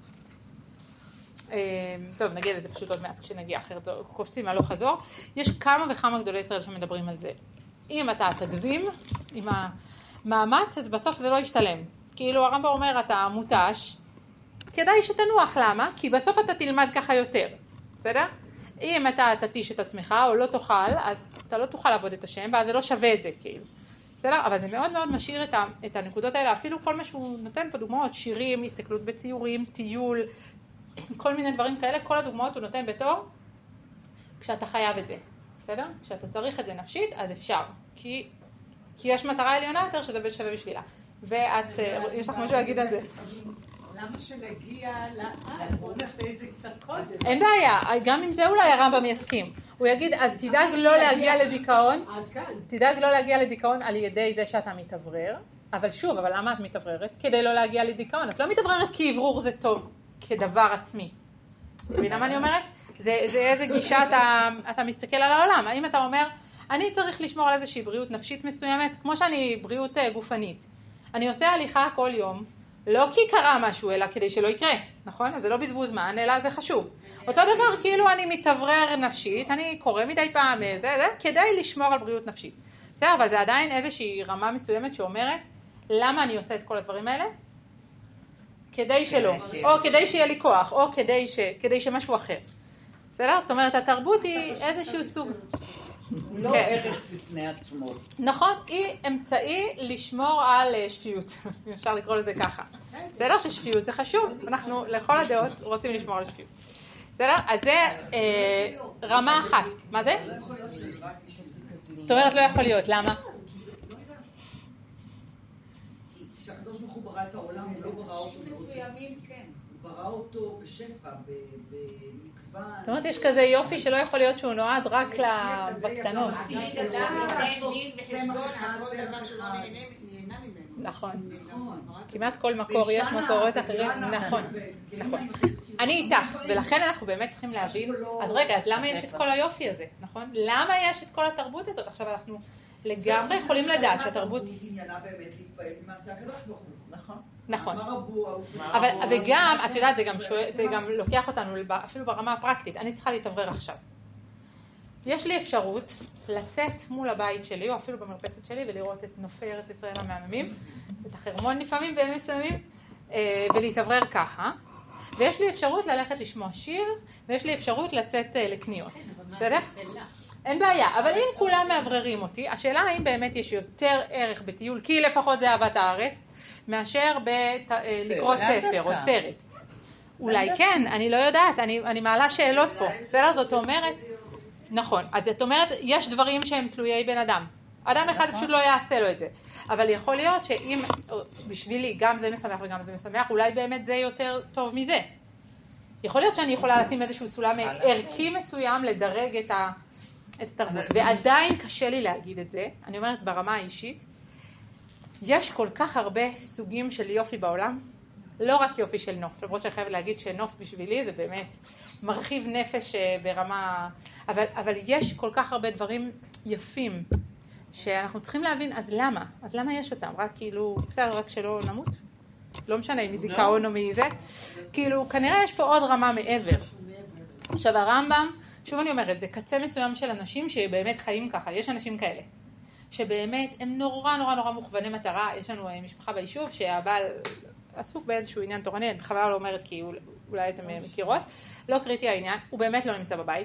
אה, טוב, נגיע לזה פשוט עוד מעט כשנגיע, אחרת קופצים הלוך חזור. יש כמה וכמה גדולי ישראל שמדברים על זה. אם אתה תגזים עם המאמץ, אז בסוף זה לא ישתלם. כאילו הרמב"ם אומר, אתה מותש, כדאי שתנוח, למה? כי בסוף אתה תלמד ככה יותר, בסדר? אם אתה תתיש את עצמך או לא תאכל, אז אתה לא תוכל לעבוד את השם, ואז זה לא שווה את זה, כאילו. בסדר? אבל זה מאוד מאוד משאיר את, ה, את הנקודות האלה, אפילו כל מה שהוא נותן פה דוגמאות, שירים, הסתכלות בציורים, טיול, כל מיני דברים כאלה, כל הדוגמאות הוא נותן בתור, כשאתה חייב את זה, בסדר? כשאתה צריך את זה נפשית, אז אפשר, כי, כי יש מטרה עליונה יותר שזה שווה בשבילה. ואת, יש לך משהו להגיד על זה? למה שנגיע לאן? בוא נעשה את זה קצת קודם. אין בעיה, גם עם זה אולי הרמב"ם יסכים. הוא יגיד, אז תדאג לא להגיע לדיכאון, תדאג לא להגיע לדיכאון על ידי זה שאתה מתאוורר, אבל שוב, אבל למה את מתאווררת? כדי לא להגיע לדיכאון. את לא מתאווררת כי עברור זה טוב, כדבר עצמי. מבינה מה אני אומרת? זה, זה איזה גישה אתה, אתה מסתכל על העולם. האם אתה אומר, אני צריך לשמור על איזושהי בריאות נפשית מסוימת, כמו שאני בריאות גופנית. אני עושה הליכה כל יום, לא כי קרה משהו, אלא כדי שלא יקרה, נכון? אז זה לא בזבוז זמן, אלא זה חשוב. אותו דבר, כאילו אני מתאוורר נפשית, אני קורא מדי פעם, זה, זה, כדי לשמור על בריאות נפשית. בסדר, אבל זה עדיין איזושהי רמה מסוימת שאומרת, למה אני עושה את כל הדברים האלה? כדי שלא, או כדי שיהיה לי כוח, או כדי, ש, כדי שמשהו אחר. בסדר? זאת אומרת, התרבות היא איזשהו סוג. לא ערך בפני עצמו. נכון, היא אמצעי לשמור על שפיות, אפשר לקרוא לזה ככה. בסדר ששפיות זה חשוב, אנחנו לכל הדעות רוצים לשמור על שפיות. בסדר? אז זה רמה אחת. מה זה? זאת אומרת לא יכול להיות, למה? כשהקדוש ברוך הוא ברא את העולם, הוא לא ברא אותו מסוימים, כן. הוא ברא אותו בשפע, במגוון. זאת אומרת, יש כזה יופי שלא יכול להיות שהוא נועד רק בקטנות. נכון. כמעט כל מקור יש מקורות אחרים. נכון. אני איתך, ולכן אנחנו באמת צריכים להבין, אז רגע, אז למה יש את כל היופי הזה, נכון? למה יש את כל התרבות הזאת? עכשיו אנחנו לגמרי יכולים לדעת שהתרבות... עניינה באמת להתפעל ממעשה הקדוש ברוך הוא. נכון. נכון. אבל וגם, את יודעת, זה גם לוקח אותנו אפילו ברמה הפרקטית. אני צריכה להתאוורר עכשיו. יש לי אפשרות לצאת מול הבית שלי, או אפילו במרפסת שלי, ולראות את נופי ארץ ישראל המהממים, את החרמון לפעמים בימים מסוימים, ולהתאוורר ככה. ויש לי אפשרות ללכת לשמוע שיר, ויש לי אפשרות לצאת לקניות. בסדר? אין בעיה, אבל אם כולם מאווררים אותי, השאלה האם באמת יש יותר ערך בטיול, כי לפחות זה אהבת הארץ, מאשר לקרוא ספר או סרט. אולי כן, אני לא יודעת, אני מעלה שאלות פה. בסדר, זאת אומרת, נכון, אז זאת אומרת, יש דברים שהם תלויי בן אדם. אדם אחד פשוט לא יעשה לו את זה. אבל יכול להיות שאם, בשבילי, גם זה משמח וגם זה משמח, אולי באמת זה יותר טוב מזה. יכול להיות שאני יכולה לשים איזשהו סולם ערכי מסוים לדרג את ה... את התרבות, ועדיין קשה לי להגיד את זה, אני אומרת ברמה האישית, יש כל כך הרבה סוגים של יופי בעולם, לא רק יופי של נוף, למרות שאני חייבת להגיד שנוף בשבילי זה באמת מרחיב נפש ברמה, אבל, אבל יש כל כך הרבה דברים יפים, שאנחנו צריכים להבין, אז למה? אז למה יש אותם? רק כאילו, בסדר, רק שלא נמות? לא משנה, מדיכאון או מזה, כאילו, כנראה יש פה עוד רמה מעבר. עכשיו הרמב"ם, שוב אני אומרת, זה קצה מסוים של אנשים שבאמת חיים ככה, יש אנשים כאלה, שבאמת הם נורא נורא נורא מוכווני מטרה, יש לנו משפחה ביישוב שהבעל עסוק באיזשהו עניין תורני, אני בכלל לא אומרת כי אולי אתם מכירות, לא קריטי העניין, הוא באמת לא נמצא בבית,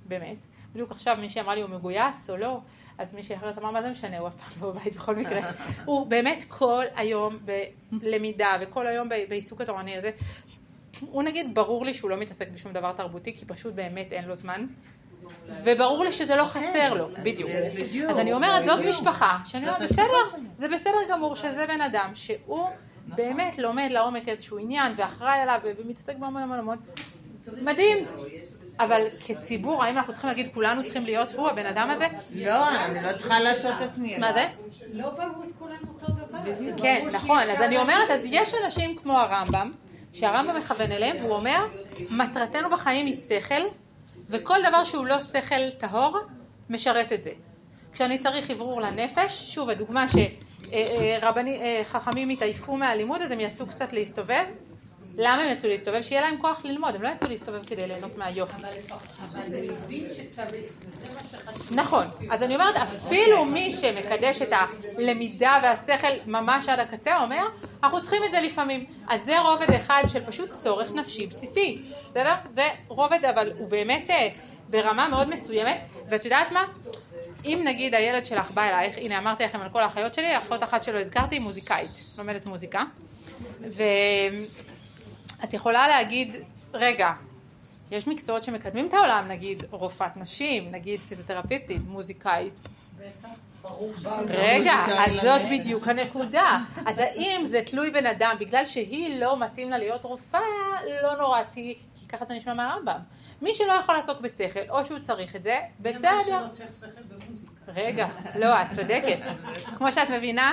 באמת. בדיוק עכשיו מי שאמרה לי הוא מגויס או לא, אז מי שאחרת אמר מה זה משנה, הוא אף פעם לא בבית בכל מקרה. הוא באמת כל היום בלמידה וכל היום בעיסוק התורני הזה. הוא נגיד ברור לי שהוא לא מתעסק בשום דבר תרבותי, כי פשוט באמת אין לו זמן. וברור לי שזה לא חסר לו, בדיוק. אז אני אומרת, זאת משפחה, שאני אומרת, בסדר, זה בסדר גמור שזה בן אדם, שהוא באמת לומד לעומק איזשהו עניין, ואחראי עליו, ומתעסק בהמון המון המון. מדהים. אבל כציבור, האם אנחנו צריכים להגיד, כולנו צריכים להיות הוא, הבן אדם הזה? לא, אני לא צריכה להשעות את עצמי. מה זה? לא ברור את כולנו אותו דבר. כן, נכון. אז אני אומרת, אז יש אנשים כמו הרמב"ם, שהרמב"ם מכוון אליהם, והוא אומר, מטרתנו בחיים היא שכל, וכל דבר שהוא לא שכל טהור, משרת את זה. כשאני צריך עברור לנפש, שוב, הדוגמה שחכמים התעייפו מהלימוד, אז הם יצאו קצת להסתובב. למה הם יצאו להסתובב? שיהיה להם כוח ללמוד, הם לא יצאו להסתובב כדי ליהנות מהיופי. אבל אני מבין שצריך, וזה מה שחשוב. נכון, אז אני אומרת, אפילו מי שמקדש את הלמידה והשכל ממש עד הקצה, אומר, אנחנו צריכים את זה לפעמים. אז זה רובד אחד של פשוט צורך נפשי בסיסי, בסדר? זה רובד, אבל הוא באמת ברמה מאוד מסוימת, ואת יודעת מה? אם נגיד הילד שלך בא אלייך, הנה אמרתי לכם על כל האחיות שלי, האחות אחת שלו הזכרתי, מוזיקאית, לומדת מוזיקה, ואת יכולה להגיד, רגע, יש מקצועות שמקדמים את העולם, נגיד רופאת נשים, נגיד פיזיותרפיסטית, מוזיקאית. רגע, אז זאת בדיוק הנקודה. אז האם זה תלוי בן אדם, בגלל שהיא לא מתאים לה להיות רופאה, לא נוראתי, כי ככה זה נשמע מהרמב"ם. מי שלא יכול לעסוק בשכל, או שהוא צריך את זה, בסדר. מי שלא צריך שכל במוזיקה. רגע, לא, את צודקת. כמו שאת מבינה,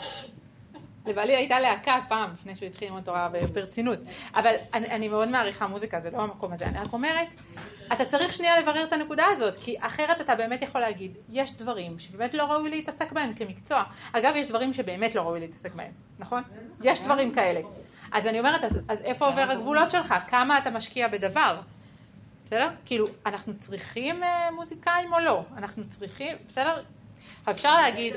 לבעלי הייתה להקה פעם, לפני שהוא התחיל עם התורה ברצינות. אבל אני, אני מאוד מעריכה מוזיקה, זה לא המקום הזה. אני רק אומרת, אתה צריך שנייה לברר את הנקודה הזאת, כי אחרת אתה באמת יכול להגיד, יש דברים שבאמת לא ראוי להתעסק בהם כמקצוע. אגב, יש דברים שבאמת לא ראוי להתעסק בהם, נכון? יש דברים כאלה. אז אני אומרת, אז, אז איפה עובר הגבולות שלך? כמה אתה משקיע בדבר? בסדר? כאילו, אנחנו צריכים uh, מוזיקאים או לא? אנחנו צריכים, בסדר? אפשר להגיד,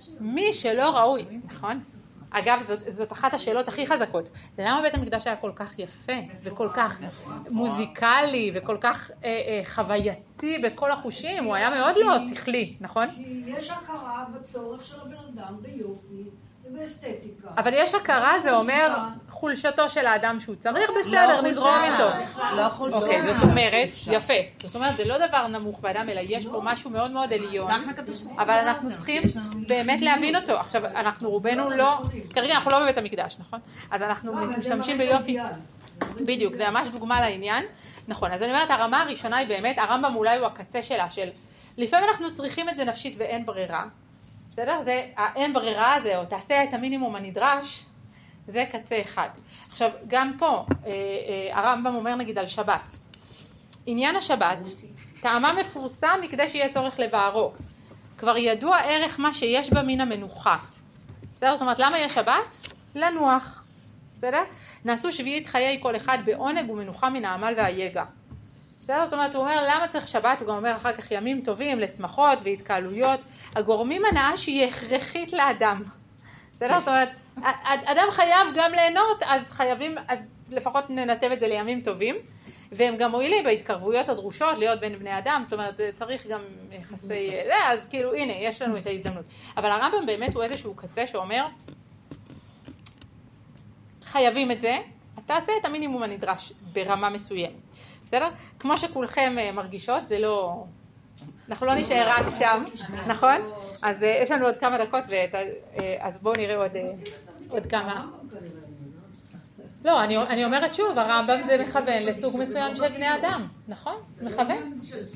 מי שלא ראוי, נכון? אגב, זאת, זאת אחת השאלות הכי חזקות. למה בית המקדש היה כל כך יפה, וכל כך מוזיקלי, וכל כך אה, אה, חווייתי בכל החושים? הוא היה מאוד לא שכלי, נכון? כי יש הכרה בצורך של הבן אדם ביופי ובאסתטיקה. אבל יש הכרה, זה אומר חולשתו של האדם שהוא צריך, בסדר, נגרום איתו. לא חולשה. אוקיי, זאת אומרת, יפה. זאת אומרת, זה לא דבר נמוך באדם, אלא יש פה משהו מאוד מאוד עליון. אבל אנחנו צריכים באמת להבין אותו. עכשיו, אנחנו רובנו לא, כרגע אנחנו לא בבית המקדש, נכון? אז אנחנו משתמשים ביופי. בדיוק, זה ממש דוגמה לעניין. נכון, אז אני אומרת, הרמה הראשונה היא באמת, הרמב"ם אולי הוא הקצה שלה, של לפעמים אנחנו צריכים את זה נפשית ואין ברירה. בסדר? זה, האין ברירה הזה, או תעשה את המינימום הנדרש, זה קצה אחד. עכשיו, גם פה, אה, אה, הרמב"ם אומר נגיד על שבת. עניין השבת, טעמה מפורסם מכדי שיהיה צורך לבערו. כבר ידוע ערך מה שיש בה מן המנוחה. בסדר? זאת אומרת, למה יש שבת? לנוח. בסדר? נעשו שביעית חיי כל אחד בעונג ומנוחה מן העמל והיגע. בסדר? זאת אומרת, הוא אומר, למה צריך שבת? הוא גם אומר אחר כך ימים טובים לשמחות והתקהלויות. הגורמים הנאה שהיא הכרחית לאדם. בסדר? זאת אומרת, אדם חייב גם ליהנות, אז חייבים, אז לפחות ננתב את זה לימים טובים. והם גם מועילים בהתקרבויות הדרושות להיות בין בני אדם. זאת אומרת, צריך גם יחסי, אז כאילו, הנה, יש לנו את ההזדמנות. אבל הרמב"ם באמת הוא איזשהו קצה שאומר, חייבים את זה, אז תעשה את המינימום הנדרש ברמה מסוימת. בסדר? כמו שכולכם מרגישות, זה לא, אנחנו לא נשאר רק שם, נכון? אז יש לנו עוד כמה דקות, אז בואו נראה עוד, עוד כמה. לא, אני, אני אומרת שוב, הרמב"ם זה מכוון לסוג מסוים של בני אדם, נכון? מכוון.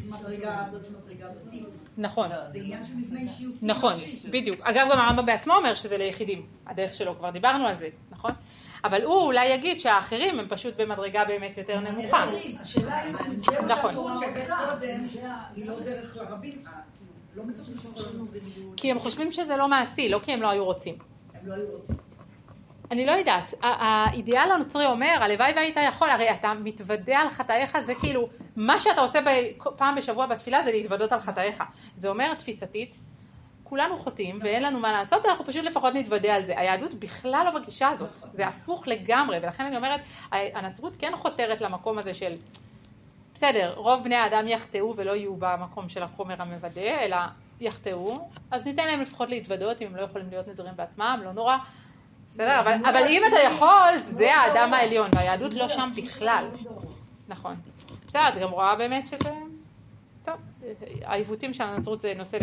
נכון. זה עניין של מבנה אישיות. נכון, בדיוק. אגב, גם הרמב"ם בעצמו אומר שזה ליחידים, הדרך שלו, כבר דיברנו על זה, נכון? אבל הוא אולי יגיד שהאחרים הם פשוט במדרגה באמת יותר נמוכה. השאלה אם זה מה שהתורה היא לא דרך לרבים, לא מצליחים שכל הנוצרים יהיו... כי הם חושבים שזה לא מעשי, לא כי הם לא היו רוצים. הם לא היו רוצים. אני לא יודעת, האידיאל הנוצרי אומר, הלוואי והיית יכול, הרי אתה מתוודע על חטאיך, זה כאילו, מה שאתה עושה פעם בשבוע בתפילה זה להתוודות על חטאיך. זה אומר תפיסתית, כולנו חוטאים ואין לנו מה לעשות, אנחנו פשוט לפחות נתוודע על זה. היהדות בכלל לא בגישה הזאת, זה הפוך לגמרי, ולכן אני אומרת, הנצרות כן חותרת למקום הזה של, בסדר, רוב בני האדם יחטאו ולא יהיו במקום של החומר המבדה, אלא יחטאו, אז ניתן להם לפחות להתוודות, אם הם לא יכולים להיות נזירים בעצמם, לא נורא. בסדר, אבל, אבל אם אתה יכול, זה האדם העליון, והיהדות לא שם בכלל. נכון. בסדר, את גם רואה באמת שזה... טוב, העיוותים של הנצרות זה נושא ל...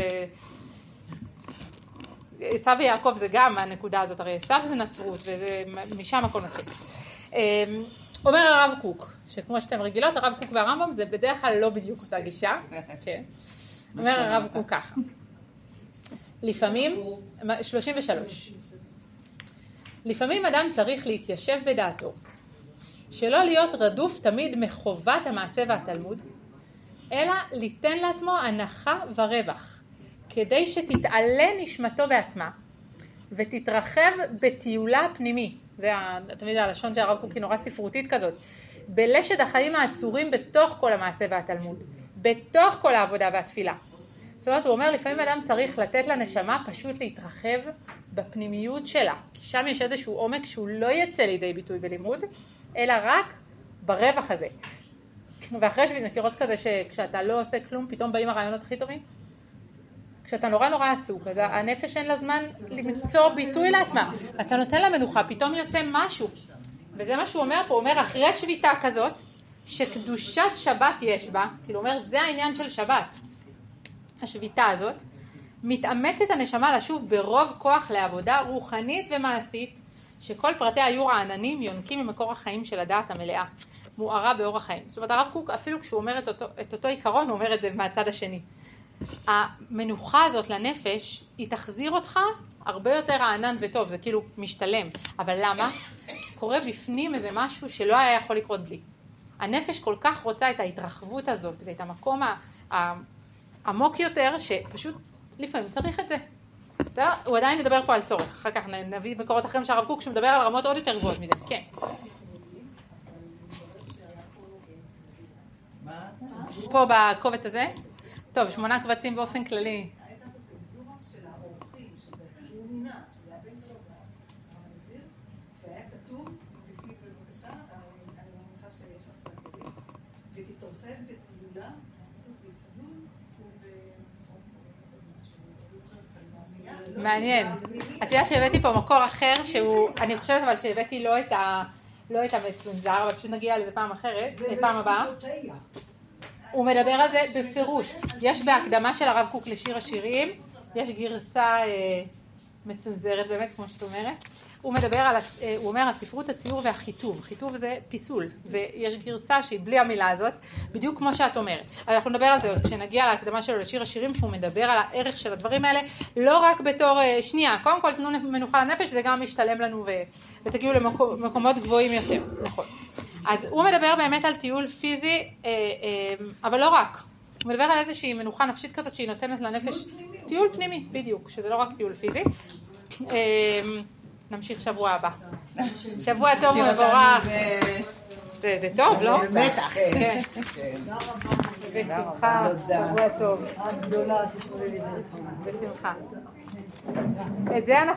עשיו ויעקב זה גם הנקודה הזאת, הרי עשיו זה נצרות, ומשם הכל מתחיל. אומר הרב קוק, שכמו שאתם רגילות, הרב קוק והרמב"ם זה בדרך כלל לא בדיוק אותה גישה. כן. אומר הרב קוק ככה. לפעמים, שלושים ושלוש. לפעמים אדם צריך להתיישב בדעתו, שלא להיות רדוף תמיד מחובת המעשה והתלמוד, אלא ליתן לעצמו הנחה ורווח, כדי שתתעלה נשמתו בעצמה, ותתרחב בטיולה פנימי. זה, אתה יודע, הלשון של הרב קוק היא נורא ספרותית כזאת. בלשת החיים העצורים בתוך כל המעשה והתלמוד, בתוך כל העבודה והתפילה. זאת אומרת, הוא אומר, לפעמים אדם צריך לתת לנשמה פשוט להתרחב בפנימיות שלה, כי שם יש איזשהו עומק שהוא לא יצא לידי ביטוי בלימוד, אלא רק ברווח הזה. ואחרי שמכירות כזה שכשאתה לא עושה כלום, פתאום באים הרעיונות הכי טובים. כשאתה נורא נורא עסוק, אז הנפש אין לה זמן למצוא ביטוי לעצמה. אתה נותן לה מנוחה, פתאום יוצא משהו. וזה מה שהוא אומר פה, הוא אומר, אחרי שביתה כזאת, שקדושת שבת יש בה, כאילו אומר, זה העניין של שבת. השביתה הזאת, מתאמצת הנשמה לשוב ברוב כוח לעבודה רוחנית ומעשית, שכל פרטי היו רעננים יונקים ממקור החיים של הדעת המלאה, מוארה באור החיים. זאת אומרת, הרב קוק, אפילו כשהוא אומר את אותו, את אותו עיקרון, הוא אומר את זה מהצד השני. המנוחה הזאת לנפש, היא תחזיר אותך הרבה יותר רענן וטוב, זה כאילו משתלם. אבל למה? קורה בפנים איזה משהו שלא היה יכול לקרות בלי. הנפש כל כך רוצה את ההתרחבות הזאת, ואת המקום העמוק יותר, שפשוט לפעמים צריך את זה. בסדר? הוא עדיין מדבר פה על צורך. אחר כך נביא מקורות אחרים של הרב קוק, שהוא מדבר על רמות עוד יותר גבוהות מזה. כן. פה בקובץ הזה. טוב, שמונה קבצים באופן כללי. הייתה בצנזורה של האורחים, שזה שהוא מינה, שזה הבן שלו והמנזיר, והיה כתוב, תקנית בבקשה, אני מניחה שיש לך תקנית, ותתרחב בטיולה, כתוב בתלול, מעניין. את יודעת שהבאתי פה מקור אחר, שהוא, אני חושבת אבל שהבאתי לא את ה... לא את המצונזר, אבל פשוט נגיע לזה פעם אחרת, פעם הבאה. הוא מדבר על זה בפירוש. יש בהקדמה של הרב קוק לשיר השירים, יש גרסה אה, מצונזרת באמת, כמו שאת אומרת. הוא מדבר על, אה, הוא אומר, הספרות, הציור והחיטוב. חיטוב זה פיסול, ויש גרסה שהיא בלי המילה הזאת, בדיוק כמו שאת אומרת. אבל אנחנו נדבר על זה עוד, כשנגיע להקדמה שלו לשיר השירים, שהוא מדבר על הערך של הדברים האלה, לא רק בתור, אה, שנייה, קודם כל תנו מנוחה לנפש, זה גם משתלם לנו ו, ותגיעו למקומות גבוהים יותר, נכון. אז הוא מדבר באמת על טיול פיזי, אבל לא רק. הוא מדבר על איזושהי מנוחה נפשית כזאת שהיא נותנת לנפש טיול פנימי, בדיוק, שזה לא רק טיול פיזי. נמשיך שבוע הבא. שבוע טוב ומבורך. זה טוב, לא? בטח. בשמחה, שבוע טוב. בשמחה. את זה אנחנו